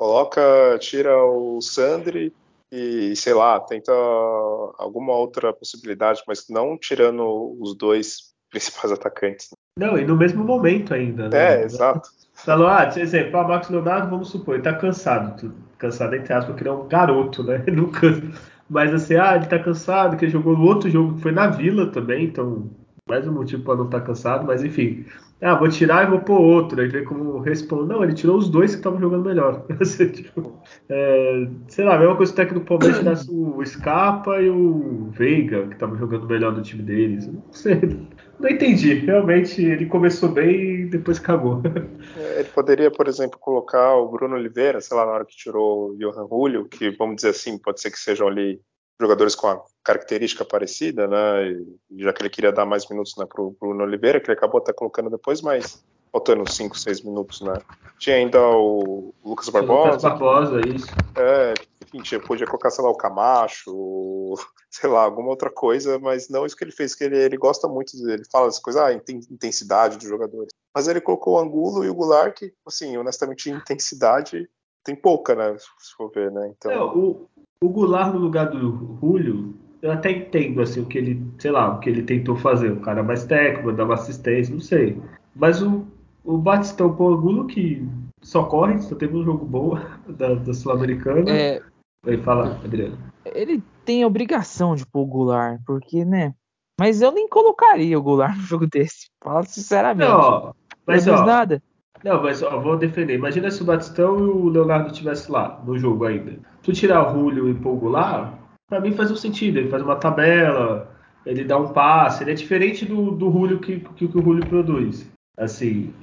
Tira o Sandri e, sei lá, tenta alguma outra possibilidade, mas não tirando os dois principais atacantes. Não, e no mesmo momento ainda, né? Exato. Falou, por exemplo, Marcos Leonardo, vamos supor, ele tá cansado. Cansado, entre aspas, porque ele é um garoto, né? Ele não cansa. Mas assim, ele tá cansado, que ele jogou no outro jogo que foi na Vila também, então, mais um motivo para não estar cansado, mas enfim. Vou tirar e vou pôr outro, aí ver como responde. Não, ele tirou os dois que estavam jogando melhor. Assim, tipo, sei lá, a mesma coisa que o técnico do Palmeiras tirasse o Scarpa e o Veiga, que estavam jogando melhor do time deles. Não sei, não entendi. Realmente, ele começou bem e depois cagou. Ele poderia, por exemplo, colocar o Bruno Oliveira, sei lá, na hora que tirou o Johan Julio, que, vamos dizer assim, pode ser que sejam ali jogadores com a característica parecida, né? E já que ele queria dar mais minutos, né, para o Bruno Oliveira, que ele acabou até colocando depois, mas faltando 5, 6 minutos, né? Tinha ainda o Lucas Barbosa. Lucas Barbosa, isso. Enfim, podia colocar, sei lá, o Camacho, sei lá, alguma outra coisa, mas não isso que ele fez, que ele gosta muito, ele fala as coisas, intensidade dos jogadores. Mas ele colocou o Angulo e o Goulart, que, assim, honestamente, intensidade tem pouca, né, se for ver, né, então... O Goulart no lugar do Julio, eu até entendo, assim, o que ele, sei lá, o que ele tentou fazer, o cara mais técnico, dar uma assistência, não sei. Mas o Batistão com o Angulo, que só corre, só teve um jogo bom da Sul-Americana. Vai falar, Adriano. Ele tem a obrigação de pôr o Goulart, porque, né? Mas eu nem colocaria o Goulart no jogo desse. Falo sinceramente. Não, mas Produz nada. Não, mas vou defender. Imagina se o Batistão e o Leonardo estivessem lá no jogo ainda. Tu tirar o Julio e pôr o Goulart, pra mim faz um sentido. Ele faz uma tabela, ele dá um passe. Ele é diferente do Julio que o Julio produz. Assim,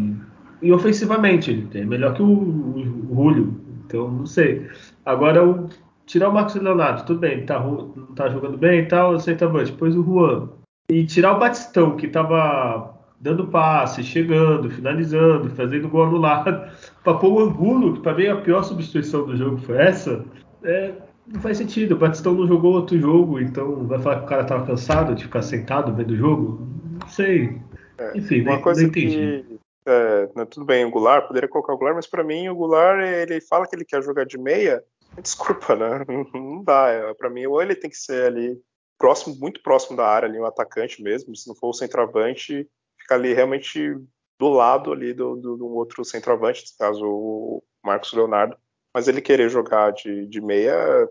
e ofensivamente, ele é melhor que o Julio. Então, não sei. Agora, tirar o Marcos Leonardo, tudo bem, ele não tá jogando bem e tal, aceitamente. Depois o Juan. E tirar o Batistão, que tava dando passe, chegando, finalizando, fazendo gol anulado, para pôr o Angulo, que para mim a pior substituição do jogo foi essa, não faz sentido. O Batistão não jogou outro jogo, então vai falar que o cara tava cansado de ficar sentado vendo o jogo? Não sei. Enfim, Uma não coisa entendi. que... tudo bem, o Goulart, poderia colocar o Goulart, mas para mim o Goulart, ele fala que ele quer jogar de meia, desculpa, né? Não dá. Para mim, ou ele tem que ser ali próximo, muito próximo da área, ali, um atacante mesmo, se não for o centroavante, ficar ali realmente do lado ali do outro centroavante, nesse caso o Marcos Leonardo. Mas ele querer jogar de meia,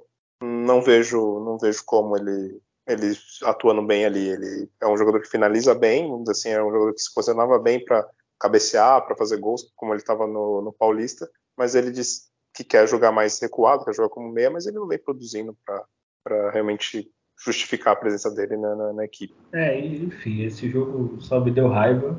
não vejo como ele atuando bem ali. Ele é um jogador que finaliza bem, assim, é um jogador que se posicionava bem para cabecear, para fazer gols, como ele estava no Paulista, mas ele diz que quer jogar mais recuado, quer jogar como meia, mas ele não vem produzindo para realmente justificar a presença dele na equipe. Enfim, esse jogo só me deu raiva.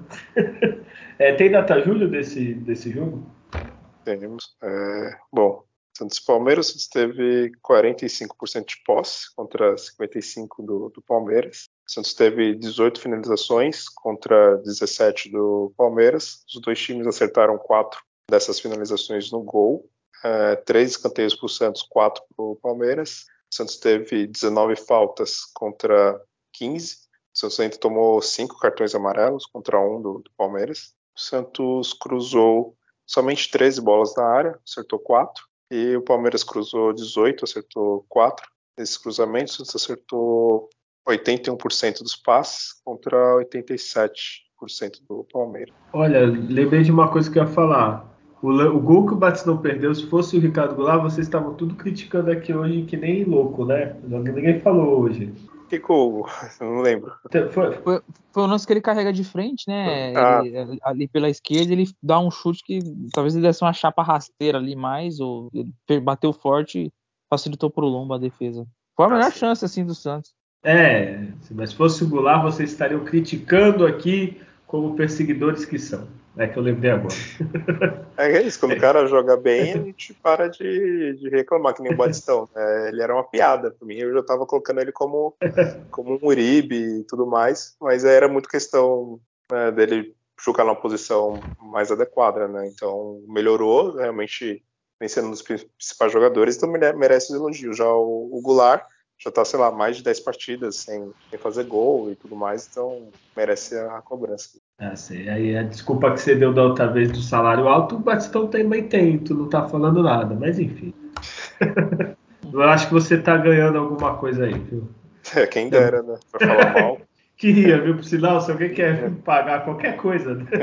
Tem data Júlio desse jogo? Temos. Bom, Santos e Palmeiras, Santos teve 45% de posse contra 55% do Palmeiras. Santos teve 18 finalizações contra 17 do Palmeiras. Os dois times acertaram 4 dessas finalizações no gol. 3 escanteios para o Santos, 4 para o Palmeiras. O Santos teve 19 faltas contra 15. O Santos ainda tomou 5 cartões amarelos contra 1 do Palmeiras. O Santos cruzou somente 13 bolas na área, acertou 4. E o Palmeiras cruzou 18, acertou 4. Nesses cruzamentos, o Santos acertou 81% dos passes contra 87% do Palmeiras. Olha, lembrei de uma coisa que eu ia falar. O gol que o Batistão perdeu, se fosse o Ricardo Goulart, vocês estavam tudo criticando aqui hoje que nem louco, né? Ninguém falou hoje. Que gol? Não lembro. Foi o lance que ele carrega de frente, né? Ele, ali pela esquerda, ele dá um chute que talvez ele desse uma chapa rasteira ali mais, ou ele bateu forte e facilitou pro Lomba a defesa. Foi a melhor chance, assim, do Santos. Mas se fosse o Goulart, vocês estariam criticando aqui como perseguidores que são. É que eu lembrei agora. É isso, quando o cara joga bem, a gente para de reclamar, que nem o Batistão. Ele era uma piada pra mim, eu já tava colocando ele como um Uribe e tudo mais, mas era muito questão, né, dele jogar na posição mais adequada, né? Então melhorou, realmente vem sendo um dos principais jogadores, então merece os elogios. Já o Goulart já tá, sei lá, mais de 10 partidas sem fazer gol e tudo mais, então merece a cobrança. Sei. Aí a desculpa que você deu da outra vez do salário alto, o Batistão também tem, tu não tá falando nada, mas enfim. Eu acho que você tá ganhando alguma coisa aí, viu? Quem dera, né? Pra falar mal. Queria, viu? Por sinal, se alguém quer pagar qualquer coisa, né?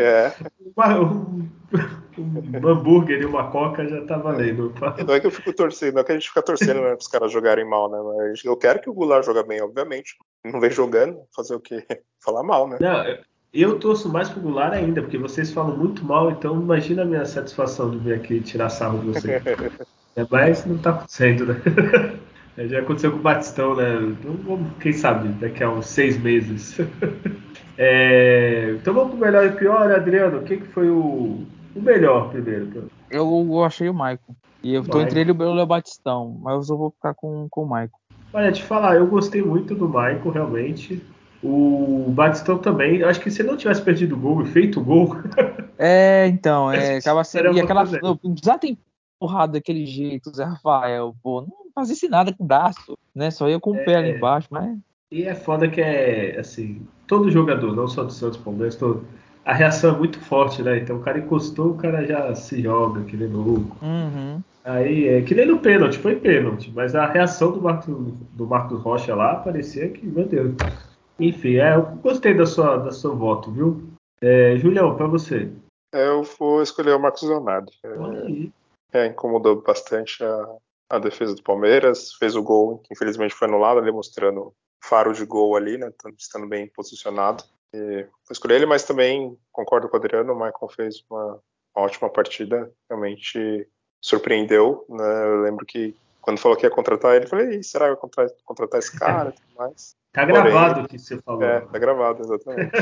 Um hambúrguer e uma coca já tá valendo. Não é que eu fico torcendo, não é que a gente fica torcendo, né, pros caras jogarem mal, né? Mas eu quero que o Goulart jogue bem, obviamente. Não vem jogando, fazer o quê? Falar mal, né? Não, eu torço mais pro Goulart ainda, porque vocês falam muito mal, então imagina a minha satisfação de vir aqui tirar sarro de vocês. Mas não tá acontecendo, né? Já aconteceu com o Batistão, né? Quem sabe, daqui a uns 6 meses. Então vamos pro melhor e pior, Adriano. O que foi o melhor primeiro? Eu achei o Maicon. E eu tô entre ele e o Léo Batistão, mas eu vou ficar com o Maicon. Olha, te falar, eu gostei muito do Maicon, realmente. O Batistão também. Eu acho que se ele não tivesse perdido o gol e feito o gol. Então, acaba sendo. E aquela. Não precisava ter empurrado daquele jeito, Zé Rafael, pô. Não fazia nada com o braço, né? Só ia com o pé ali embaixo, mas. E é foda que assim, todo jogador, não só do Santos, Palmeiras, a reação é muito forte, né? Então o cara encostou, o cara já se joga, que nem louco. Uhum. Aí, que nem no pênalti, foi pênalti, mas a reação do Marcos Rocha lá parecia que, meu Deus. Enfim, eu gostei da sua voto, viu? Julião, pra você. Eu vou escolher o Marcos Leonardo. Olha aí. Incomodou bastante a defesa do Palmeiras, fez o gol, que infelizmente foi anulado, ali mostrando faro de gol ali, né? Estando bem posicionado. Vou escolher ele, mas também concordo com o Adriano, o Maicon fez uma ótima partida, realmente surpreendeu, né? Eu lembro que quando falou que ia contratar ele, eu falei, será que vai contratar esse cara e tudo mais? Tá gravado o que você falou. Tá gravado, exatamente.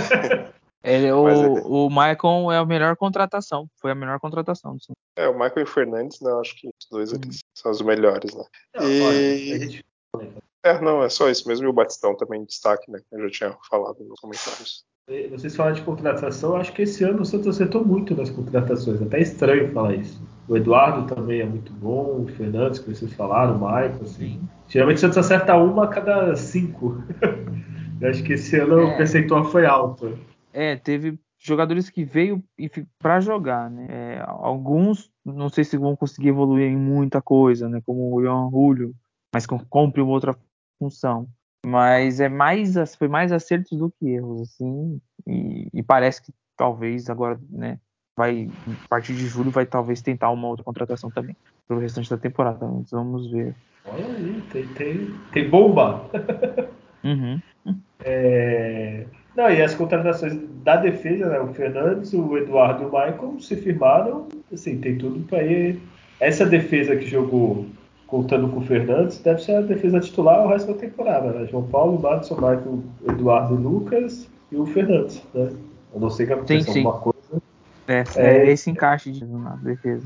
O Maicon é a melhor contratação. Foi a melhor contratação do Santos. O Michael e o Fernandes, né? Acho que os dois aqui são os melhores, né? Olha, a gente... Não, é só isso mesmo. E o Batistão também em destaque, né? Eu já tinha falado nos comentários. Vocês falam de contratação, acho que esse ano o Santos acertou muito nas contratações. Até estranho falar isso. O Eduardo também é muito bom, o Fernandes, que vocês falaram, o Maicon, assim. Geralmente o Santos acerta uma a cada 5. Eu acho que esse ano o percentual foi alto. Teve jogadores que veio para jogar, né? Alguns não sei se vão conseguir evoluir em muita coisa, né? Como o Ian Julio, mas cumpre uma outra função. Mas foi mais acertos do que erros, assim. E parece que talvez agora, né? A partir de julho vai talvez tentar uma outra contratação também pelo restante da temporada. Vamos ver. Olha aí, tem bomba. Uhum. Não, e as contratações da defesa, né? O Fernandes, o Eduardo e o Maicon se firmaram. Assim, tem tudo para ir. Essa defesa que jogou contando com o Fernandes deve ser a defesa titular o resto da temporada, né? João Paulo, Madison, Maicon, Eduardo e Lucas e o Fernandes, né? Eu não sei que aconteça alguma coisa. Esse encaixe na defesa.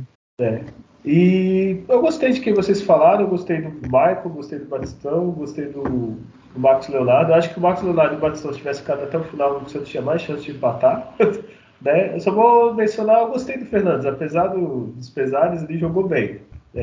E eu gostei de quem vocês falaram, eu gostei do Michael, gostei do Batistão, gostei do Marcos Leonardo. Eu acho que o Marcos Leonardo e o Batistão tivessem ficado até o final, o Santos tinha mais chance de empatar. Né? Eu só vou mencionar, eu gostei do Fernandes, apesar dos pesares, ele jogou bem.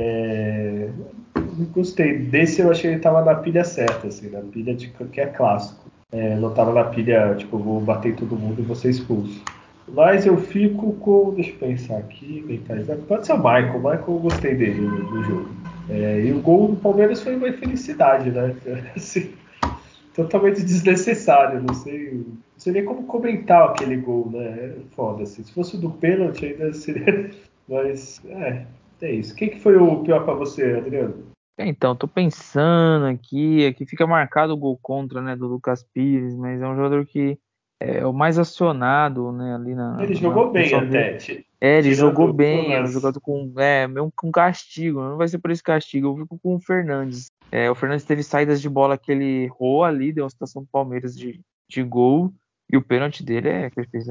Gostei. Desse eu achei que ele estava na pilha certa, assim, na pilha que é clássico. Não estava na pilha, tipo, vou bater em todo mundo e vou ser expulso. Mas eu fico com. Deixa eu pensar aqui. Pode ser o Michael. O Michael eu gostei dele no jogo. E o gol do Palmeiras foi uma infelicidade, né? Assim, totalmente desnecessário. Não sei nem como comentar aquele gol, né? É foda. Assim. Se fosse do pênalti, ainda seria Mas, é isso. Quem que foi o pior pra você, Adriano? Então, tô pensando aqui fica marcado o gol contra, né, do Lucas Pires, mas é um jogador que é o mais acionado, né, ali Ele na jogou bem função dele. até, Ele jogou tirando o bem, é um lance. jogador mesmo com castigo, não vai ser por esse castigo, eu fico com o Fernandes. O Fernandes teve saídas de bola que ele errou ali, deu uma situação do Palmeiras de gol, e o pênalti dele que ele fez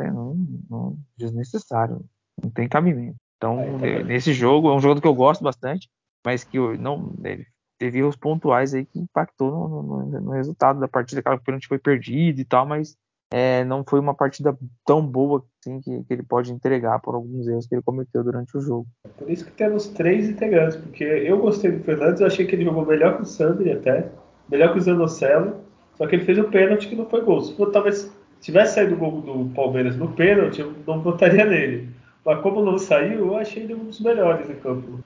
desnecessário, não tem cabimento. Então, Tá bem. nesse jogo, é um jogador que eu gosto bastante, mas que não teve erros pontuais aí que impactou no resultado da partida. Claro que o pênalti foi perdido e tal, mas não foi uma partida tão boa assim, que ele pode entregar por alguns erros que ele cometeu durante o jogo. Por isso que temos 3 integrantes, porque eu gostei do Fernandes, eu achei que ele jogou melhor que o Sandri até, melhor que o Zanocelo, só que ele fez um pênalti que não foi gol. Se talvez tivesse saído o gol do Palmeiras no pênalti, eu não votaria nele. Mas como não saiu, eu achei ele um dos melhores em campo.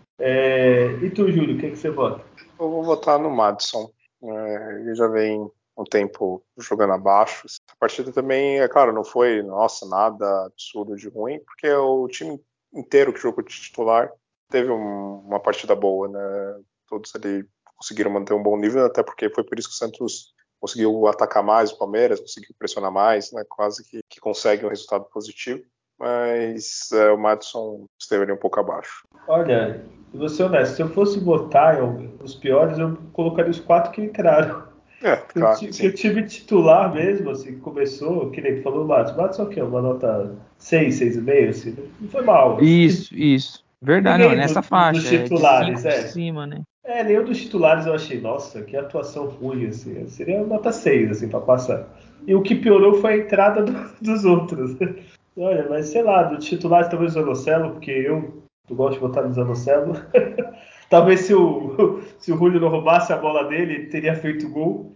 E tu, Júlio, o que você vota? Eu vou votar no Madison. Ele já vem um tempo jogando abaixo. A partida também, é claro, não foi, nossa, nada absurdo de ruim, porque o time inteiro que jogou de titular teve uma partida boa, né? Todos ali conseguiram manter um bom nível, até porque foi por isso que o Santos conseguiu atacar mais o Palmeiras, conseguiu pressionar mais, né? Quase que consegue um resultado positivo. Mas o Madison esteve ali um pouco abaixo. Olha, vou ser honesto, se eu fosse votar os piores, eu colocaria os 4 que entraram. Claro, Que sim. o time titular mesmo, assim, começou, que nem tu falou, o Matos. Matos é o quê? Uma nota 6, 6,5, assim, não foi mal, assim. Isso. Verdade, não, é Ninguém nessa dos faixa, é de 5 titulares, para cima, né? nenhum dos titulares eu achei, nossa, que atuação ruim, assim. Seria uma nota 6, assim, pra passar. E o que piorou foi a entrada dos outros. Olha, mas sei lá, dos titulares talvez o Zanocelo, porque eu gosto de votar no Zanocelo. Talvez se o Julio não roubasse a bola dele, ele teria feito gol.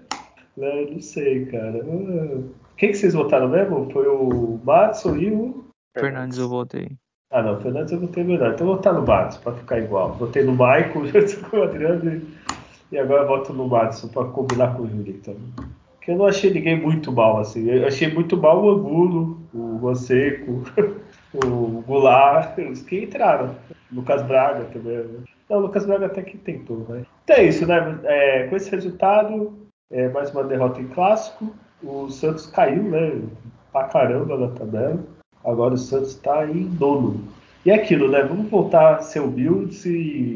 Não sei, cara. Quem que vocês votaram mesmo? Foi o Madison e o. Fernandes eu votei. Ah, não, o Fernandes eu votei melhor. Então eu vou votar no Madison pra ficar igual. Votei no Michael, junto com o Adriano e agora eu voto no Madison pra combinar com o Júlio também. Porque eu não achei ninguém muito mal, assim. Eu achei muito mal o Angulo, o Rosseco, o Goulart, os que entraram. Lucas Braga também. Né? Não, o Lucas Braga até que tentou, né? Então é isso, né? Com esse resultado, mais uma derrota em clássico. O Santos caiu, né? Pra caramba na tabela. Agora o Santos está em nono. E é aquilo, né? Vamos voltar a ser humildes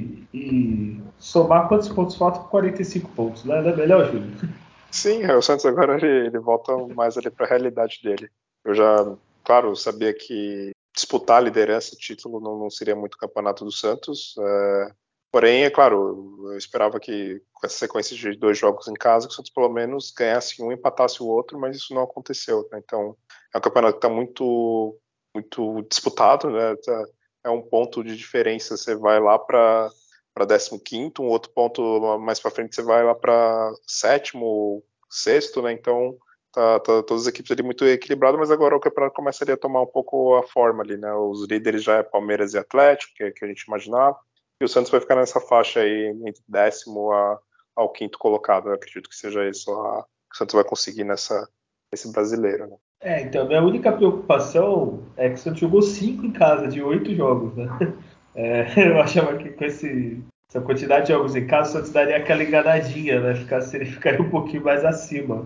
e somar quantos pontos faltam com 45 pontos, né? Não é melhor, Júlio? Sim, o Santos agora ele volta mais ali para a realidade dele. Eu já, claro, sabia que disputar a liderança, título, não seria muito o campeonato do Santos. Porém, é claro, eu esperava que com essa sequência de 2 jogos em casa, que o Santos pelo menos ganhasse um e empatasse o outro, mas isso não aconteceu. Né? Então, é um campeonato que está muito disputado, né? É um ponto de diferença. Você vai lá para 15º, um outro ponto mais para frente você vai lá para 7º, 6º, né? Então tá todas as equipes ali muito equilibradas, mas agora o campeonato começa ali a tomar um pouco a forma ali, né? Os líderes já é Palmeiras e Atlético, que a gente imaginava, e o Santos vai ficar nessa faixa aí entre 10º ao 5º colocado. Eu acredito que seja isso que o Santos vai conseguir nesse brasileiro, né? Então, minha única preocupação é que o Santos jogou 5 em casa de 8 jogos, né? Eu achava que com essa quantidade de jogos em casa, o Santos daria aquela enganadinha, né? Ele ficaria um pouquinho mais acima.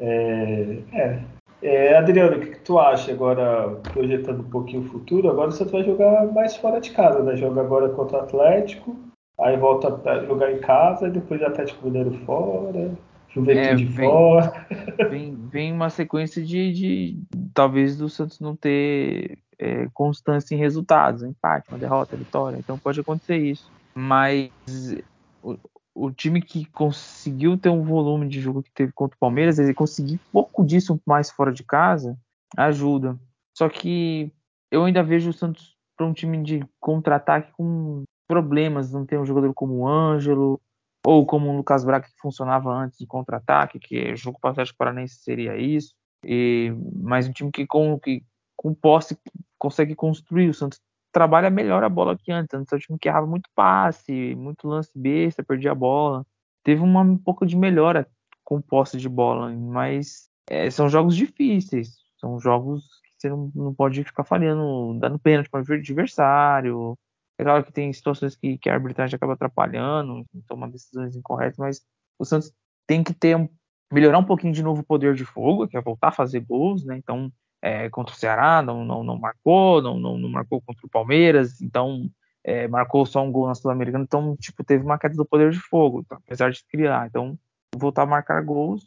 Adriano, o que tu acha agora, projetando um pouquinho o futuro? Agora o Santos vai jogar mais fora de casa, né? Joga agora contra o Atlético, aí volta a jogar em casa, e depois Atlético Mineiro fora, Juventude Vem, fora. vem uma sequência de talvez do Santos não ter constância em resultados, empate, uma derrota, vitória, então pode acontecer isso. Mas o, o time que conseguiu ter um volume de jogo que teve contra o Palmeiras, ele conseguir pouco disso mais fora de casa, ajuda. Só que eu ainda vejo o Santos para um time de contra-ataque com problemas, não tem um jogador como o Ângelo, ou como o Lucas Braga que funcionava antes de contra-ataque, que jogo para o Atlético Paranaense seria isso, mas um time que com posse consegue construir. O Santos trabalha melhor a bola que antes. Antes é um time que errava muito passe, muito lance besta, perdia a bola. Teve um pouco de melhora com posse de bola, mas são jogos difíceis, são jogos que você não pode ficar falhando, dando pênalti para o adversário. É claro que tem situações que a arbitragem acaba atrapalhando, toma decisões incorretas, mas o Santos tem que melhorar um pouquinho de novo o poder de fogo, que é voltar a fazer gols, né? Então, contra o Ceará não marcou, não marcou contra o Palmeiras, então marcou só um gol na Sul-Americana, então tipo, teve uma queda do poder de fogo, tá? Apesar de criar. Então, voltar a marcar gols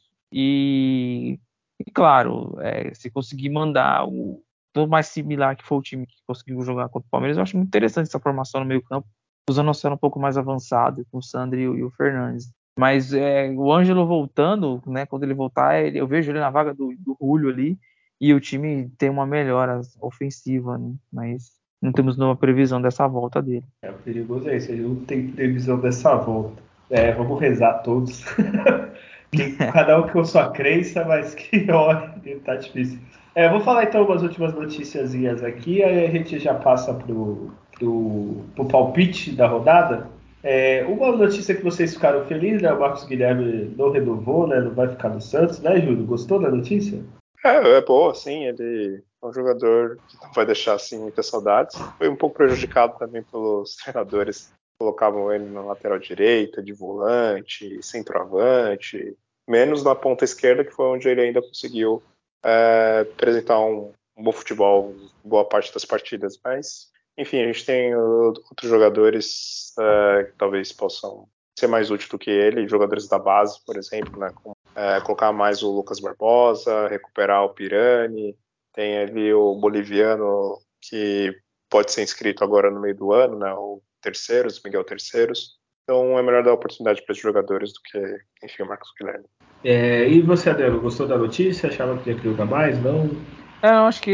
e claro, se conseguir mandar o todo mais similar que foi o time que conseguiu jogar contra o Palmeiras, eu acho muito interessante essa formação no meio campo, usando o Oceano um pouco mais avançado, com o Sandri e o Fernandes. Mas o Ângelo voltando, né, quando ele voltar, eu vejo ele na vaga do Julio ali, e o time tem uma melhora ofensiva, né? Mas não temos nenhuma previsão dessa volta dele. O perigoso é isso, ele não tem previsão dessa volta. Vamos rezar todos. Cada um com sua crença, mas que hora, tá difícil. Vou falar então umas últimas noticiazinhas aqui, aí a gente já passa pro palpite da rodada. Uma notícia que vocês ficaram felizes, né? O Marcos Guilherme não renovou, né? Não vai ficar no Santos, né, Júlio? Gostou da notícia? É boa, sim. Ele é um jogador que não vai deixar assim muitas saudades. Foi um pouco prejudicado também pelos treinadores que colocavam ele na lateral direita, de volante, centroavante, menos na ponta esquerda, que foi onde ele ainda conseguiu apresentar um bom futebol boa parte das partidas. Mas, enfim, a gente tem outros jogadores que talvez possam ser mais úteis do que ele, jogadores da base, por exemplo, né, colocar mais o Lucas Barbosa, recuperar o Pirani, tem ali o boliviano que pode ser inscrito agora no meio do ano, né, o Terceiros, Miguel Terceiros. Então é melhor dar oportunidade para esses jogadores do que, enfim, o Marcos Guilherme. E você, Adriano, gostou da notícia? Achava que ia jogar mais? Não? Eu acho que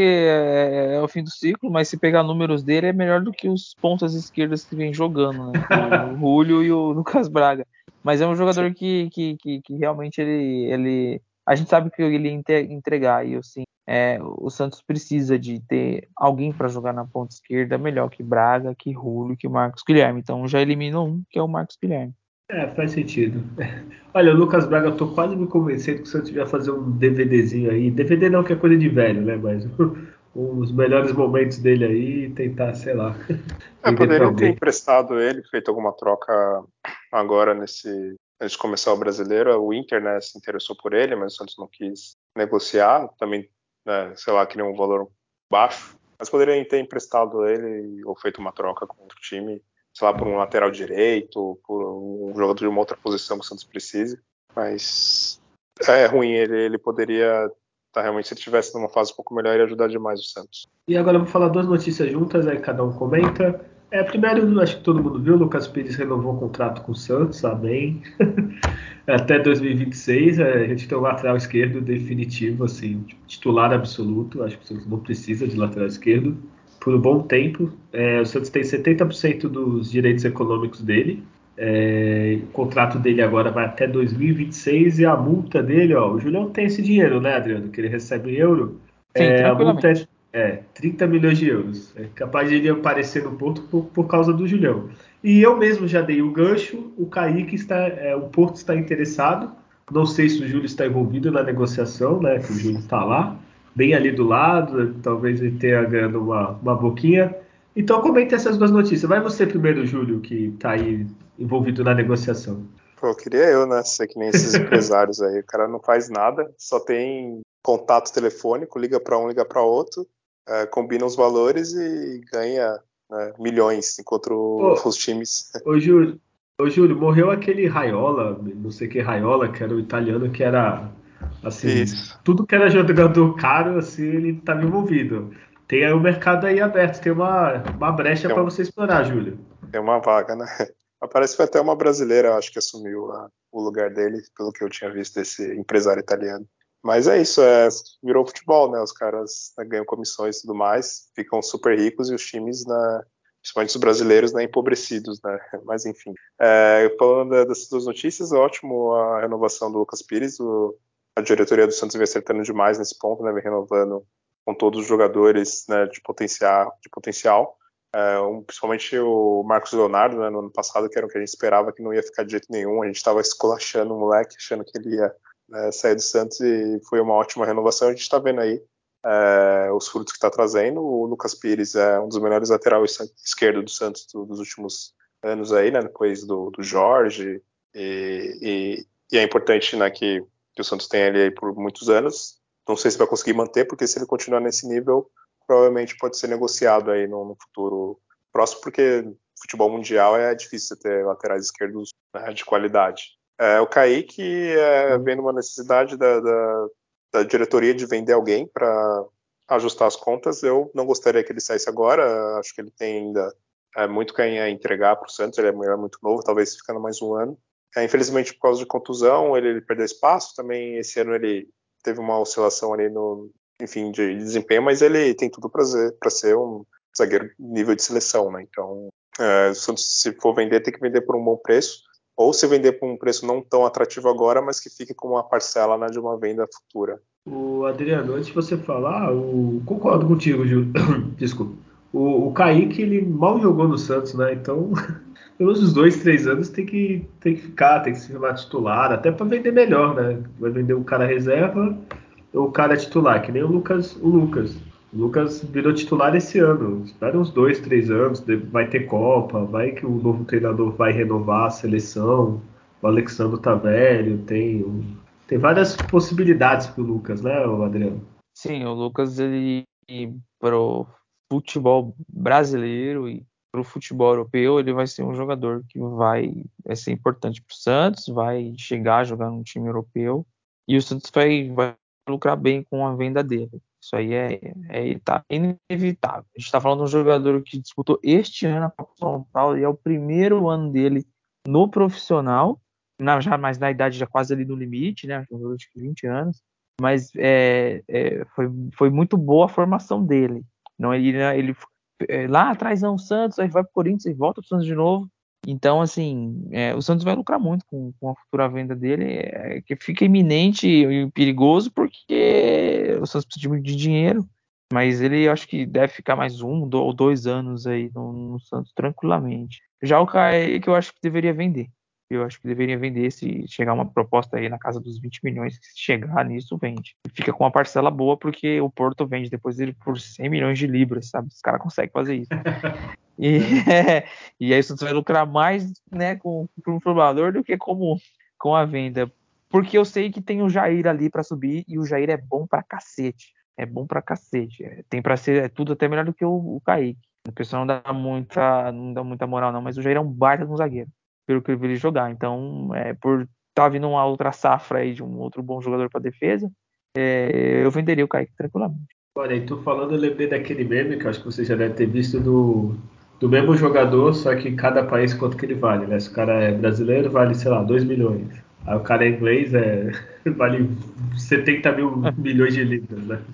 é o fim do ciclo, mas se pegar números dele é melhor do que os pontas esquerdas que vem jogando, né? O Julio e o Lucas Braga. Mas é um jogador que realmente ele. A gente sabe que ele ia entregar. E assim, o Santos precisa de ter alguém para jogar na ponta esquerda melhor que Braga, que Julio, que Marcos Guilherme. Então já eliminou um, que é o Marcos Guilherme. Faz sentido. Olha, o Lucas Braga, eu tô quase me convencendo que o Santos ia fazer um DVDzinho aí. DVD não, que é coisa de velho, né? Mas os melhores momentos dele aí e tentar, sei lá, vender pra Poderiam ter alguém. emprestado ele, feito alguma troca agora antes de começar o Brasileiro. O Inter, né, se interessou por ele, mas o Santos não quis negociar. Também, né, sei lá, queria um valor baixo. Mas poderiam ter emprestado ele ou feito uma troca com outro time, sei lá, por um lateral direito, por um jogador de uma outra posição que o Santos precise. Mas é ruim, ele poderia realmente, se ele estivesse numa fase um pouco melhor, ele ajudar demais o Santos. E agora eu vou falar duas notícias juntas, aí cada um comenta. Primeiro, acho que todo mundo viu, o Lucas Pires renovou o contrato com o Santos, amém. Até 2026, a gente tem um lateral esquerdo definitivo, assim, titular absoluto. Acho que o Santos não precisa de lateral esquerdo por um bom tempo. O Santos tem 70% dos direitos econômicos dele. O contrato dele agora vai até 2026 e a multa dele, ó, o Julião tem esse dinheiro, né, Adriano, que ele recebe em euro. Sim, A multa tranquilamente. 30 milhões de euros. É capaz de ele aparecer no Porto por causa do Julião. E eu mesmo já dei o gancho, o Kaique o Porto está interessado. Não sei se o Júlio está envolvido na negociação, né? Que o Júlio está lá, bem ali do lado, talvez ele tenha ganhando uma boquinha. Então comente essas duas notícias. Vai você primeiro, Júlio, que está aí envolvido na negociação. Pô, queria eu, né? Ser que nem esses empresários aí. O cara não faz nada, só tem contato telefônico, liga para um, liga para outro, combina os valores e ganha, né, milhões, enquanto os times. Ô, Júlio, morreu aquele Raiola, não sei que Raiola, que era o italiano que era assim, Isso. tudo que era jogador caro, assim, ele estava envolvido. Tem aí o mercado aí aberto, tem uma brecha Tem, para você explorar, Júlio. tem uma vaga, né? Parece que foi até uma brasileira, acho que assumiu o lugar dele, pelo que eu tinha visto desse empresário italiano. Mas é isso, virou futebol, né? Os caras, né, ganham comissões e tudo mais, ficam super ricos e os times, né, principalmente os brasileiros, né, empobrecidos, né? Mas enfim. Falando dessas duas notícias, ótimo a renovação do Lucas Pires. A diretoria do Santos vem acertando demais nesse ponto, né? Vem renovando com todos os jogadores, né, de potencial. Principalmente o Marcos Leonardo, né, no ano passado, que era o que a gente esperava que não ia ficar de jeito nenhum. A gente estava esculachando o moleque, achando que ele ia, né, sair do Santos, e foi uma ótima renovação. A gente está vendo aí os frutos que está trazendo. O Lucas Pires é um dos melhores laterais esquerdo do Santos dos últimos anos aí, né? Depois do Jorge. E é importante, né, que o Santos tem ele aí por muitos anos. Não sei se vai conseguir manter, porque se ele continuar nesse nível, provavelmente pode ser negociado aí no futuro próximo, porque futebol mundial é difícil ter laterais esquerdos, né, de qualidade. O Kaique vendo uma necessidade da diretoria de vender alguém para ajustar as contas. Eu não gostaria que ele saísse agora. Acho que ele tem ainda muito a entregar para o Santos. Ele é muito novo, talvez ficando mais um ano. Infelizmente, por causa de contusão, ele perdeu espaço. Também esse ano ele teve uma oscilação ali de desempenho, mas ele tem tudo para ser um zagueiro nível de seleção, né? Então, o Santos, se for vender, tem que vender por um bom preço, ou se vender por um preço não tão atrativo agora, mas que fique com uma parcela, né, de uma venda futura. O Adriano, antes de você falar, concordo contigo, Gil. Desculpa. O Kaique, ele mal jogou no Santos, né? Então, pelos 2, 3 anos tem que ficar, tem que se firmar titular, até para vender melhor, né? Vai vender o cara reserva ou o cara titular, que nem o Lucas. O Lucas virou titular esse ano. Espera uns 2, 3 anos, vai ter Copa, vai que o novo treinador vai renovar a seleção. O Alexandre tá velho, tem várias possibilidades pro Lucas, né, Adriano? Sim, o Lucas, ele pro futebol brasileiro e pro futebol europeu, ele vai ser um jogador que vai ser importante pro Santos, vai chegar a jogar num time europeu e o Santos vai lucrar bem com a venda dele. Isso aí tá inevitável. A gente está falando de um jogador que disputou este ano a Copa São Paulo e é o primeiro ano dele no profissional, mas na idade já quase ali no limite, né? Um jogador de 20 anos. Mas foi muito boa a formação dele. Não, ele lá atrás não, o Santos, aí vai para o Corinthians e volta para o Santos de novo. Então, assim, o Santos vai lucrar muito com a futura venda dele, que fica iminente e perigoso, porque o Santos precisa de dinheiro, mas ele acho que deve ficar mais 1 ou 2 anos aí no Santos tranquilamente. Já o Kaique, eu acho que deveria vender. Eu acho que deveria vender se chegar uma proposta aí na casa dos 20 milhões. Se chegar nisso, vende. E fica com uma parcela boa, porque o Porto vende depois dele por 100 milhões de libras, sabe? Os caras conseguem fazer isso. E aí o Santos vai lucrar mais, né, com o formador do que com a venda. Porque eu sei que tem o Jair ali para subir e o Jair é bom pra cacete. É bom pra cacete. Tem para ser tudo até melhor do que o Kaique. O pessoal não dá muita moral, não, mas o Jair é um baita de um zagueiro, pelo que eu vi ele jogar. Então, por estar vindo uma outra safra aí de um outro bom jogador para defesa, eu venderia o Kaique tranquilamente. Olha, e tu falando, eu lembrei daquele meme que eu acho que você já deve ter visto do mesmo jogador, só que em cada país quanto que ele vale, né? Se o cara é brasileiro, vale, sei lá, 2 milhões. Aí o cara é inglês, vale 70 milhões de libras, né?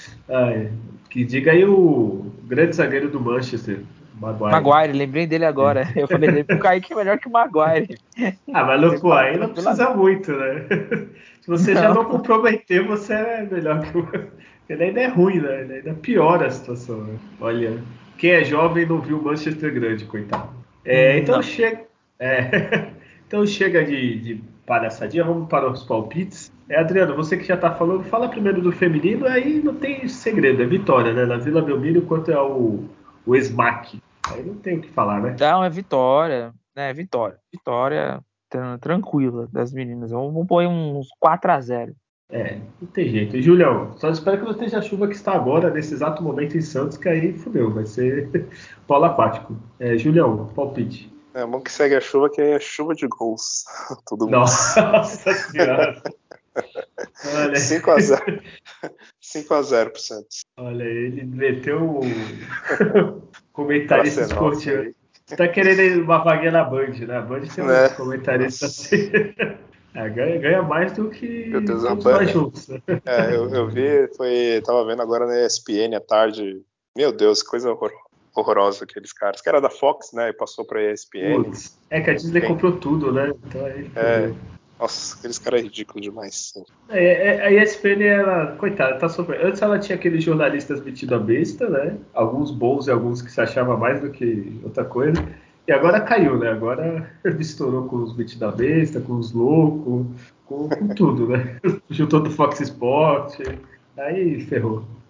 Que diga aí o grande zagueiro do Manchester, Maguire, lembrei dele agora. Eu falei, o Kaique é melhor que o Maguire. Mas pô, aí não precisa muito, né? Se você já não comprometer, você é melhor que o. Ele ainda é ruim, né? Ele ainda piora a situação, né? Olha, quem é jovem não viu o Manchester grande, coitado. Então chega. Então chega de palhaçadinha, vamos para os palpites. Adriano, você que já tá falando, fala primeiro do feminino, aí não tem segredo, é vitória, né? Na Vila Belmiro, quanto é o SMAC. Aí não tem o que falar, né? Então, é vitória, né? Vitória. Vitória tranquila das meninas. Vamos pôr uns 4-0. Não tem jeito. E Julião, só espero que não esteja a chuva que está agora, nesse exato momento em Santos, que aí fudeu, vai ser polo aquático. Julião, palpite. É bom que segue a chuva, que é chuva de gols. Todo mundo. Nossa senhora. Olha. 5-0. 5-0 pro Santos. Olha, ele meteu o comentarista esportivo. Você tá querendo uma vaguinha na Band, né? A Band tem uns comentaristas assim. Ganha mais do que Meu Deus, todos nós juntos. Né? Eu vi, tava vendo agora na ESPN à tarde. Meu Deus, que coisa horrorosa aqueles caras. Que era da Fox, né? E passou pra ESPN. Putz, que a Disney comprou tudo, né? Então aí nossa, aqueles caras é ridículo demais. A ESPN, ela, coitada, tá sofrendo. Antes ela tinha aqueles jornalistas metidos a besta, né? Alguns bons e alguns que se achavam mais do que outra coisa. E agora caiu, né? Agora estourou com os metidos a besta, com os loucos, com tudo, né? Juntou do Fox Sport. Aí ferrou.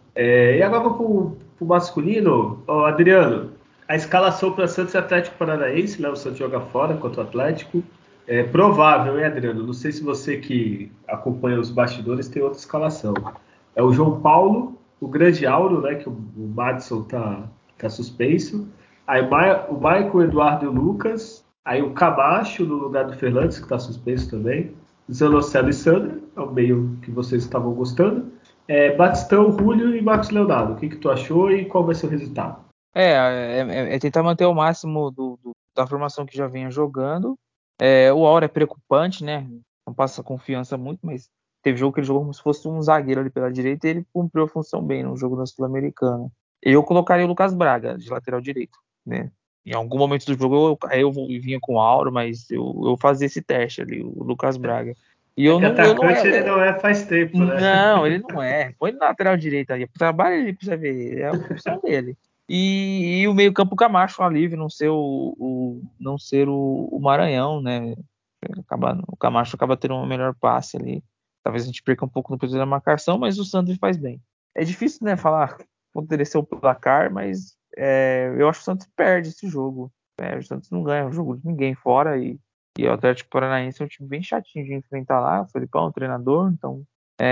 E agora vamos pro masculino. Adriano, a escalação para Santos e Atlético Paranaense, né? O Santos joga fora contra o Atlético. É provável, hein, Adriano? Não sei se você que acompanha os bastidores tem outra escalação. É o João Paulo, o Grande Áureo, né? Que o Madison tá suspenso. Aí o Michael, o Eduardo e o Lucas. Aí o Camacho no lugar do Fernandes, que está suspenso também. Zanocelo e Sandra, é o meio que vocês estavam gostando. Batistão, Julio e Marcos Leonardo. O que tu achou e qual vai ser o resultado? É tentar manter o máximo da formação que já vinha jogando. O Aura é preocupante, né? Não passa confiança muito, mas teve jogo que ele jogou como se fosse um zagueiro ali pela direita e ele cumpriu a função bem no jogo da Sul-Americana. Eu colocaria o Lucas Braga de lateral direito, né? Em algum momento do jogo eu vinha com o Aura, mas eu fazia esse teste ali, o Lucas Braga. E que atacante ele não é faz tempo, né? Não, ele não é. Põe na lateral direita ali. Trabalha ele pra você ver. É a função dele. E o meio-campo Camacho alívio não ser não ser o Maranhão, né? O Camacho acaba tendo um melhor passe ali. Talvez a gente perca um pouco no peso da marcação, mas o Santos faz bem. É difícil, né, falar poderia ser o placar, mas eu acho que o Santos perde esse jogo. O Santos não ganha o jogo de ninguém fora e o Atlético Paranaense é um time bem chatinho de enfrentar lá. O Felipão é um treinador, então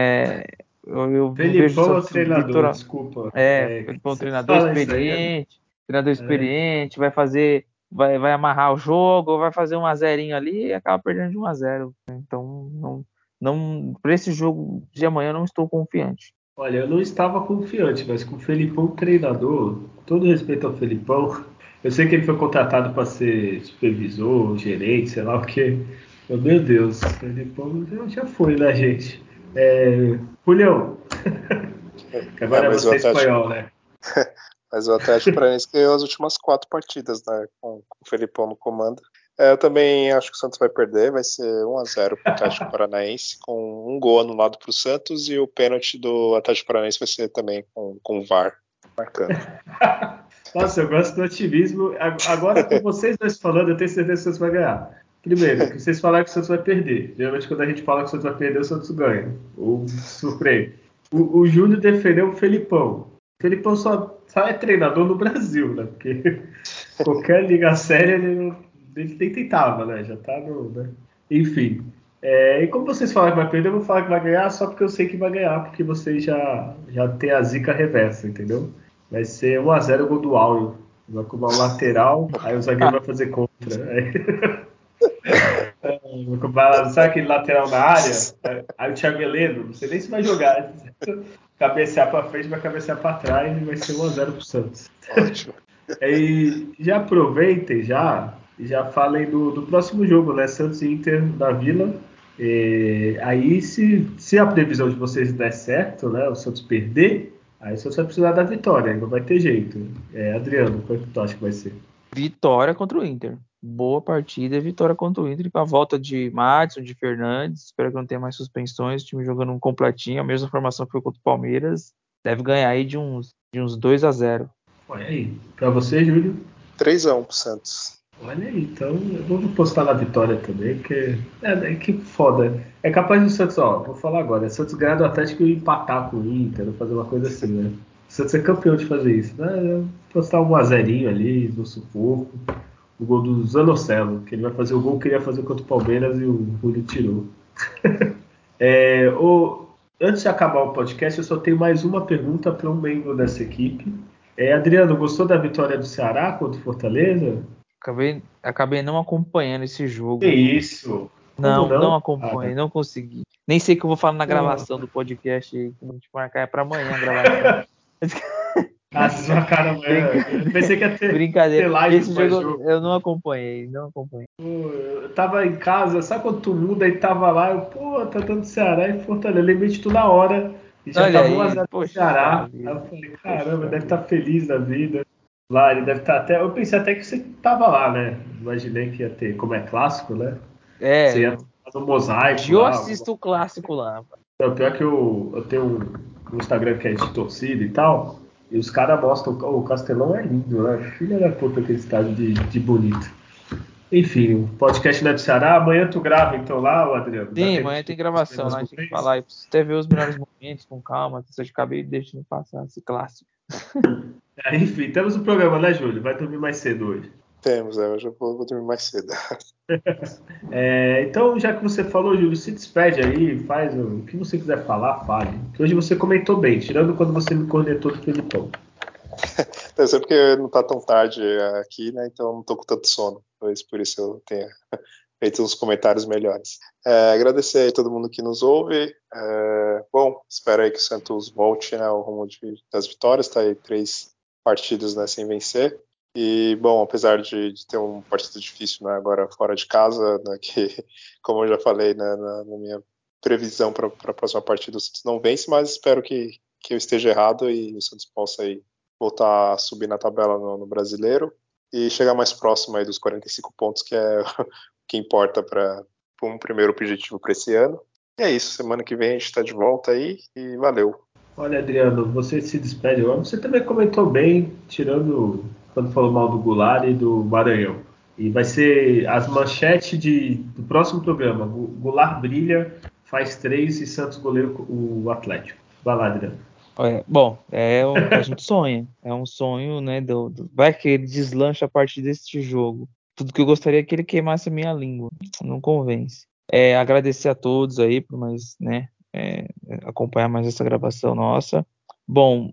eu não vejo o Felipão é o Santos treinador, desculpa. Felipão é um Você fala isso aí. treinador experiente, vai amarrar o jogo, vai fazer 1-0 ali e acaba perdendo de 1-0. Então, não, para esse jogo de amanhã eu não estou confiante. Olha, eu não estava confiante, mas com o Felipão treinador, todo respeito ao Felipão, eu sei que ele foi contratado para ser supervisor, gerente, sei lá o quê. Meu Deus, o Felipão já foi, né, gente? Julião, que agora é Mas o você Atlético, espanhol, né? mas o Atlético Paranaense ganhou as últimas 4 partidas, né, com o Felipão no comando. Eu também acho que o Santos vai perder, vai ser 1-0 para o Atlético Paranaense, com um gol anulado para o Santos e o pênalti do Atlético Paranaense vai ser também com o VAR marcando. Nossa, eu gosto do otimismo. Agora, com vocês dois falando, eu tenho certeza que o Santos vai ganhar. Primeiro, que vocês falaram que o Santos vai perder. Geralmente, quando a gente fala que o Santos vai perder, o Santos ganha. Ou surpreende. O Júnior defendeu o Felipão. O Felipão só é treinador no Brasil, né? Porque qualquer liga séria ele nem tentava, né? Já tá no. Né? Enfim. E como vocês falaram que vai perder, eu vou falar que vai ganhar só porque eu sei que vai ganhar, porque vocês já tem a zica reversa, entendeu? Vai ser 1-0 o gol do Áureo. Vai cobrar o lateral, aí o zagueiro vai fazer contra. Vai cobrar, sabe aquele lateral na área? Aí o Thiago Heleno, não sei nem se vai jogar. Cabecear para frente, vai cabecear para trás e vai ser 1-0 pro Santos. Ótimo. Aí já aproveitem já falem do próximo jogo, né? Santos e Inter da Vila. Aí se a previsão de vocês der certo, né? O Santos perder, aí o Santos vai precisar da vitória, não vai ter jeito. Adriano, qual é que tu acha que vai ser? Vitória contra o Inter. Boa partida e vitória contra o Inter com a volta de Madison, de Fernandes. Espero que não tenha mais suspensões. O time jogando um completinho, a mesma formação que foi contra o Palmeiras. Deve ganhar aí de uns 2-0. Olha aí, pra você, Júlio. 3-1 pro Santos. Olha aí, então eu vou postar na vitória também, porque que foda. É capaz do Santos, vou falar agora, é Santos ganhar do Atlético e empatar com o Inter, fazer uma coisa assim, né? O Santos é campeão de fazer isso, né? Postar um 1-0 ali, no sufoco, o gol do Zanocelo, que ele vai fazer o gol que ele ia fazer contra o Palmeiras e o Julio tirou. Antes de acabar o podcast, eu só tenho mais uma pergunta para um membro dessa equipe. Adriano, gostou da vitória do Ceará contra o Fortaleza? Acabei não acompanhando esse Que jogo. isso? Como Não não? acompanhei, não consegui. Nem sei o que eu vou falar na gravação do podcast aí, que a gente marcar é pra amanhã a gravação. Vocês marcaram amanhã. Eu pensei que ia ter Brincadeira. live Esse pós-jogo. jogo eu não acompanhei. Eu tava em casa, sabe quando tu muda e tava lá? Tá dando Ceará e Fortaleza. Eu lembrei de tu na hora. E já Olha tava aí, 1-0 pro poxa Ceará. Aí eu vida. falei, caramba, Poxa deve estar vida. feliz da vida. Lá, ele deve estar até. Eu pensei até que você tava lá, né? Imaginei que ia ter, como é clássico, né? Você ia fazer um mosaico Eu lá. assisto o clássico lá. Não, pior que eu tenho um Instagram que é de torcida e tal, e os caras mostram, o Castelão é lindo, né? Filha da puta aquele estádio de bonito. Enfim, o podcast não é do Ceará. Amanhã tu grava então lá, Adriano? Sim, amanhã tem gravação lá, a gente tem que falar. Eu preciso até ver os melhores momentos com calma, que você acabei deixando passar esse clássico. Enfim, temos um programa, né, Júlio? Vai dormir mais cedo hoje. Temos, hoje eu vou dormir mais cedo. Então, já que você falou, Júlio, se despede aí, faz o que você quiser falar, fale. Que hoje você comentou bem, tirando quando você me cornetou do Felipão. Deve ser porque não tá tão tarde aqui, né? Então não tô com tanto sono. Talvez por isso eu tenha feito uns comentários melhores. Agradecer aí todo mundo que nos ouve. Bom, espero aí que o Santos volte, né, ao rumo das vitórias. Tá aí 3 partidas, né, sem vencer. E, bom, apesar de ter um partido difícil, né, agora fora de casa, né, que, como eu já falei, né, na minha previsão para a próxima partida, o Santos não vence, mas espero que eu esteja errado e o Santos possa aí voltar a subir na tabela no Brasileiro e chegar mais próximo aí dos 45 pontos, que é o que importa para um primeiro objetivo para esse ano. E é isso, semana que vem a gente está de volta aí e valeu. Olha, Adriano, você se despede agora. Você também comentou bem, tirando quando falou mal do Goulart e do Maranhão. E vai ser as manchetes do próximo programa. Goulart brilha, faz 3 e Santos goleiro o Atlético. Vai lá, Adriano. Bom, é o que a gente sonha. É um sonho, né? Vai que ele deslancha a partir deste jogo. Tudo que eu gostaria é que ele queimasse a minha língua. Não convence. Agradecer a todos aí por mais, né? Acompanhar mais essa gravação nossa. Bom,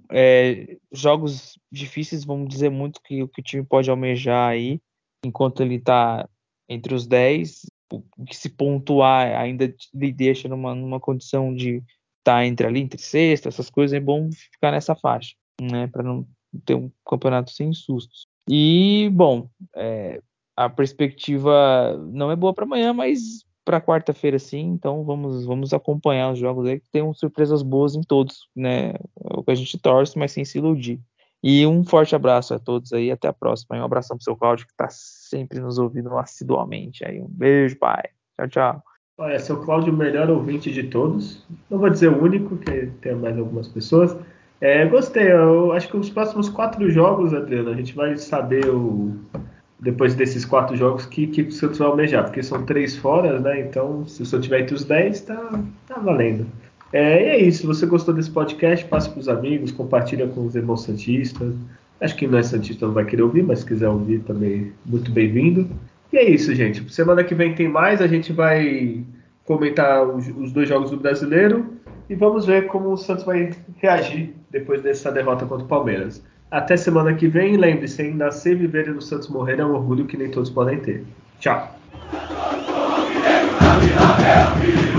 jogos difíceis, vamos dizer muito que o time pode almejar aí, enquanto ele está entre os 10, o que se pontuar ainda lhe deixa numa condição de estar entre sexta, essas coisas, é bom ficar nessa faixa, né, para não ter um campeonato sem sustos. E, bom, a perspectiva não é boa para amanhã, mas para quarta-feira sim, então vamos acompanhar os jogos aí, que tem surpresas boas em todos, né? É o que a gente torce, mas sem se iludir. E um forte abraço a todos aí, até a próxima. Um abração pro seu Cláudio, que está sempre nos ouvindo assiduamente. Aí, um beijo, pai. Tchau, tchau. Olha, seu Cláudio, o melhor ouvinte de todos. Não vou dizer o único, que tem mais algumas pessoas. Gostei, eu acho que os próximos 4 jogos, Adriano, a gente vai saber depois desses 4 jogos que o Santos vai almejar, porque são 3 fora, né? Então, se o Santos tiver entre os 10, tá valendo. E é isso. Se você gostou desse podcast, passe para os amigos, compartilha com os irmãos santistas. Acho que não é santista, não vai querer ouvir, mas se quiser ouvir também, muito bem-vindo. E é isso, gente. Semana que vem tem mais. A gente vai comentar os 2 jogos do Brasileiro e vamos ver como o Santos vai reagir depois dessa derrota contra o Palmeiras. Até semana que vem. Lembre-se, hein? Nascer, viver e no Santos morrer é um orgulho que nem todos podem ter. Tchau.